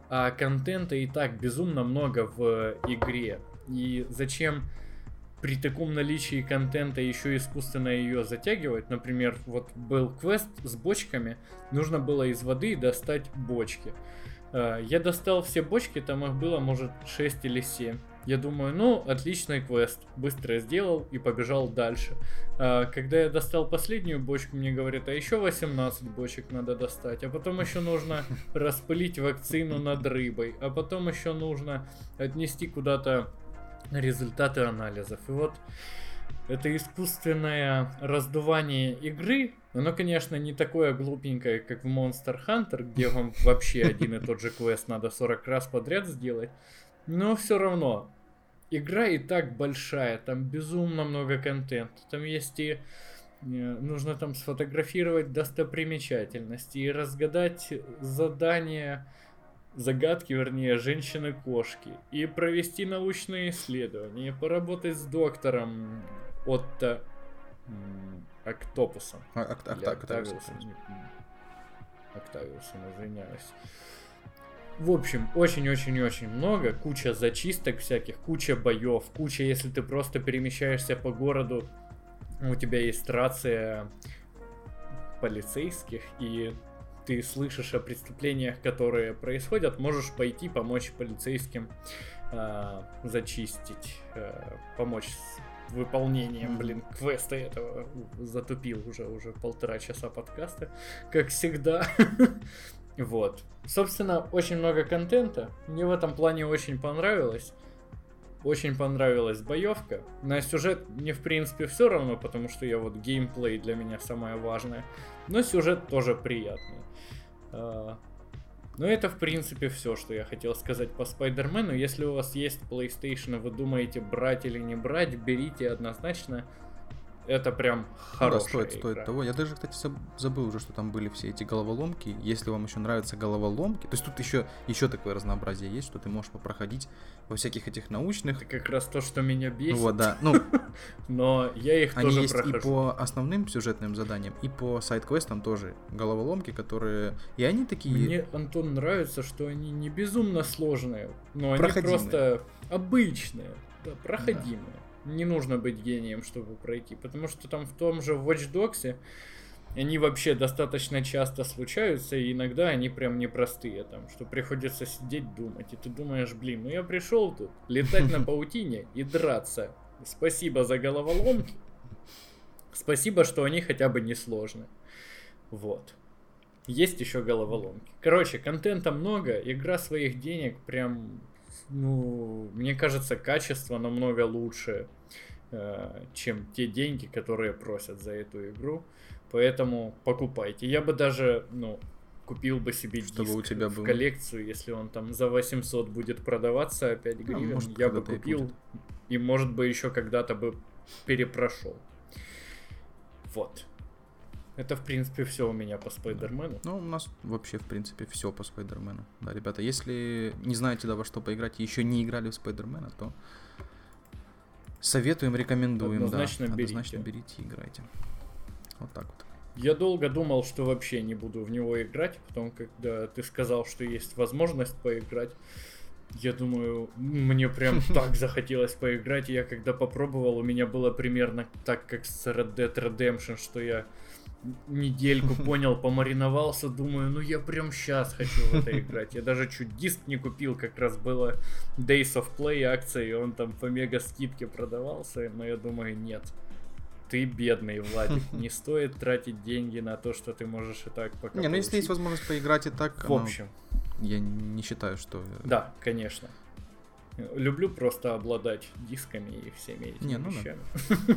А контента и так безумно много в игре. И зачем при таком наличии контента еще искусственно ее затягивать? Например, вот был квест с бочками, нужно было из воды достать бочки. Я достал все бочки, там их было, может, 6 или 7. Я думаю, ну, отличный квест. Быстро сделал и побежал дальше. Когда я достал последнюю бочку, мне говорят, а еще 18 бочек надо достать. А потом еще нужно распылить вакцину над рыбой. А потом еще нужно отнести куда-то результаты анализов. И вот это искусственное раздувание игры, оно, конечно, не такое глупенькое, как в Monster Hunter, где вам вообще один и тот же квест надо 40 раз подряд сделать. Но все равно, игра и так большая, там безумно много контента. Там есть и нужно там сфотографировать достопримечательности и разгадать загадки, вернее, женщины-кошки, и провести научные исследования, и поработать с доктором Отто Октопусом. Октавиусом, извиняюсь. В общем, очень-очень-очень много, куча зачисток всяких, куча боев, куча, если ты просто перемещаешься по городу, у тебя есть рация полицейских, и ты слышишь о преступлениях, которые происходят, можешь пойти помочь полицейским зачистить, помочь с выполнением, квеста этого. Затупил уже 1,5 часа подкаста, как всегда. Вот. Собственно, очень много контента. Мне в этом плане очень понравилось. Очень понравилась боевка. На сюжет мне, в принципе, все равно, потому что я вот геймплей для меня самое важное. Но сюжет тоже приятный. Но это, в принципе, все, что я хотел сказать по Спайдермену. Если у вас есть PlayStation, и вы думаете, брать или не брать, берите однозначно. Это прям хорошая игра. Стоит того. Я даже, кстати, забыл уже, что там были все эти головоломки. Если вам еще нравятся головоломки, то есть тут еще такое разнообразие есть, что ты можешь попроходить во всяких этих научных. Это как раз то, что меня бесит. Вот, да. Но я их тоже есть прохожу. И по основным сюжетным заданиям, и по сайд-квестам тоже головоломки, которые... И они такие... Мне, Антон, нравится, что они не безумно сложные, но они проходимые. Просто обычные, да, проходимые. Да. Не нужно быть гением, чтобы пройти, потому что там в том же Watch Dogs они вообще достаточно часто случаются, и иногда они прям непростые, там, что приходится сидеть думать, и ты думаешь, блин, ну я пришел тут летать на паутине и драться. Спасибо за головоломки, спасибо, что они хотя бы не сложны. Вот. Есть еще головоломки. Короче, контента много, игра своих денег прям... Ну, мне кажется, качество намного лучше, чем те деньги, которые просят за эту игру. Поэтому покупайте. Я бы даже, купил бы себе чтобы диск у тебя в был... коллекцию, если он там за 800 будет продаваться а 5 гривен, может, я бы купил и, может быть, еще когда-то бы перепрошел. Вот. Это, в принципе, все у меня по Спайдермену. Ну, у нас вообще, в принципе, все по Спайдермену. Да, ребята, если не знаете, да, во что поиграть, и еще не играли в Спайдермена, то советуем, рекомендуем. Однозначно берите и играйте. Вот так вот. Я долго думал, что вообще не буду в него играть. Потом, когда ты сказал, что есть возможность поиграть, я думаю, мне прям так захотелось поиграть. И я когда попробовал, у меня было примерно так, как с Red Dead Redemption, что я недельку понял, помариновался, думаю, я прям сейчас хочу в это играть. Я даже чуть диск не купил, как раз было Days of Play акция, и он там по мега скидке продавался, но я думаю, нет. Ты бедный, Владик, не стоит тратить деньги на то, что ты можешь и так пока Не, если есть возможность поиграть и так, в общем, я не считаю, что... Да, конечно. Люблю просто обладать дисками и всеми этими вещами. Да.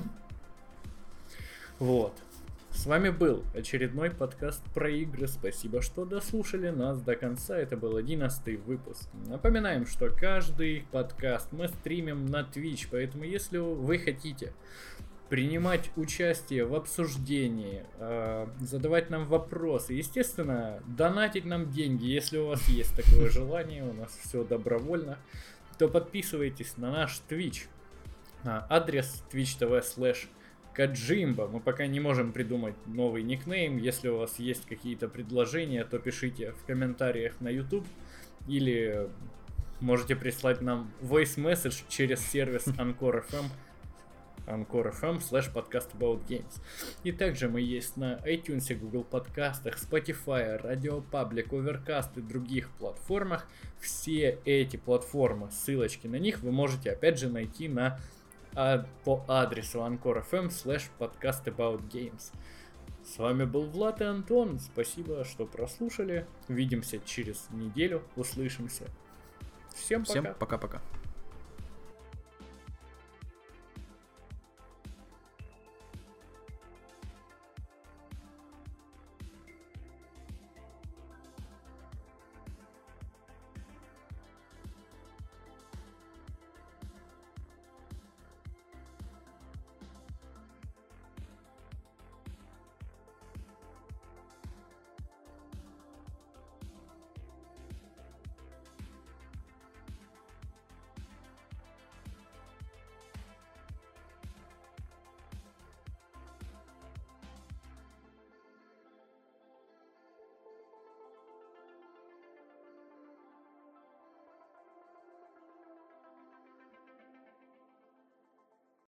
Вот. С вами был очередной подкаст про игры. Спасибо, что дослушали нас до конца. Это был 11-й выпуск. Напоминаем, что каждый подкаст мы стримим на Twitch, поэтому если вы хотите принимать участие в обсуждении, задавать нам вопросы, естественно, донатить нам деньги, если у вас есть такое желание, у нас все добровольно, то подписывайтесь на наш Twitch. Адрес twitch.tv/Kajimba. Мы пока не можем придумать новый никнейм. Если у вас есть какие-то предложения, то пишите в комментариях на YouTube. или можете прислать нам voice message через сервис Anchor FM, Anchor.fm/podcast about games. И также мы есть на iTunes, Google подкастах, Spotify, Radio Public, Overcast и других платформах. Все эти платформы, ссылочки на них вы можете опять же найти по адресу Anchor.fm/podcast about games. С вами был Влад и Антон. Спасибо, что прослушали. Увидимся через неделю. Услышимся. Всем пока. Всем пока-пока.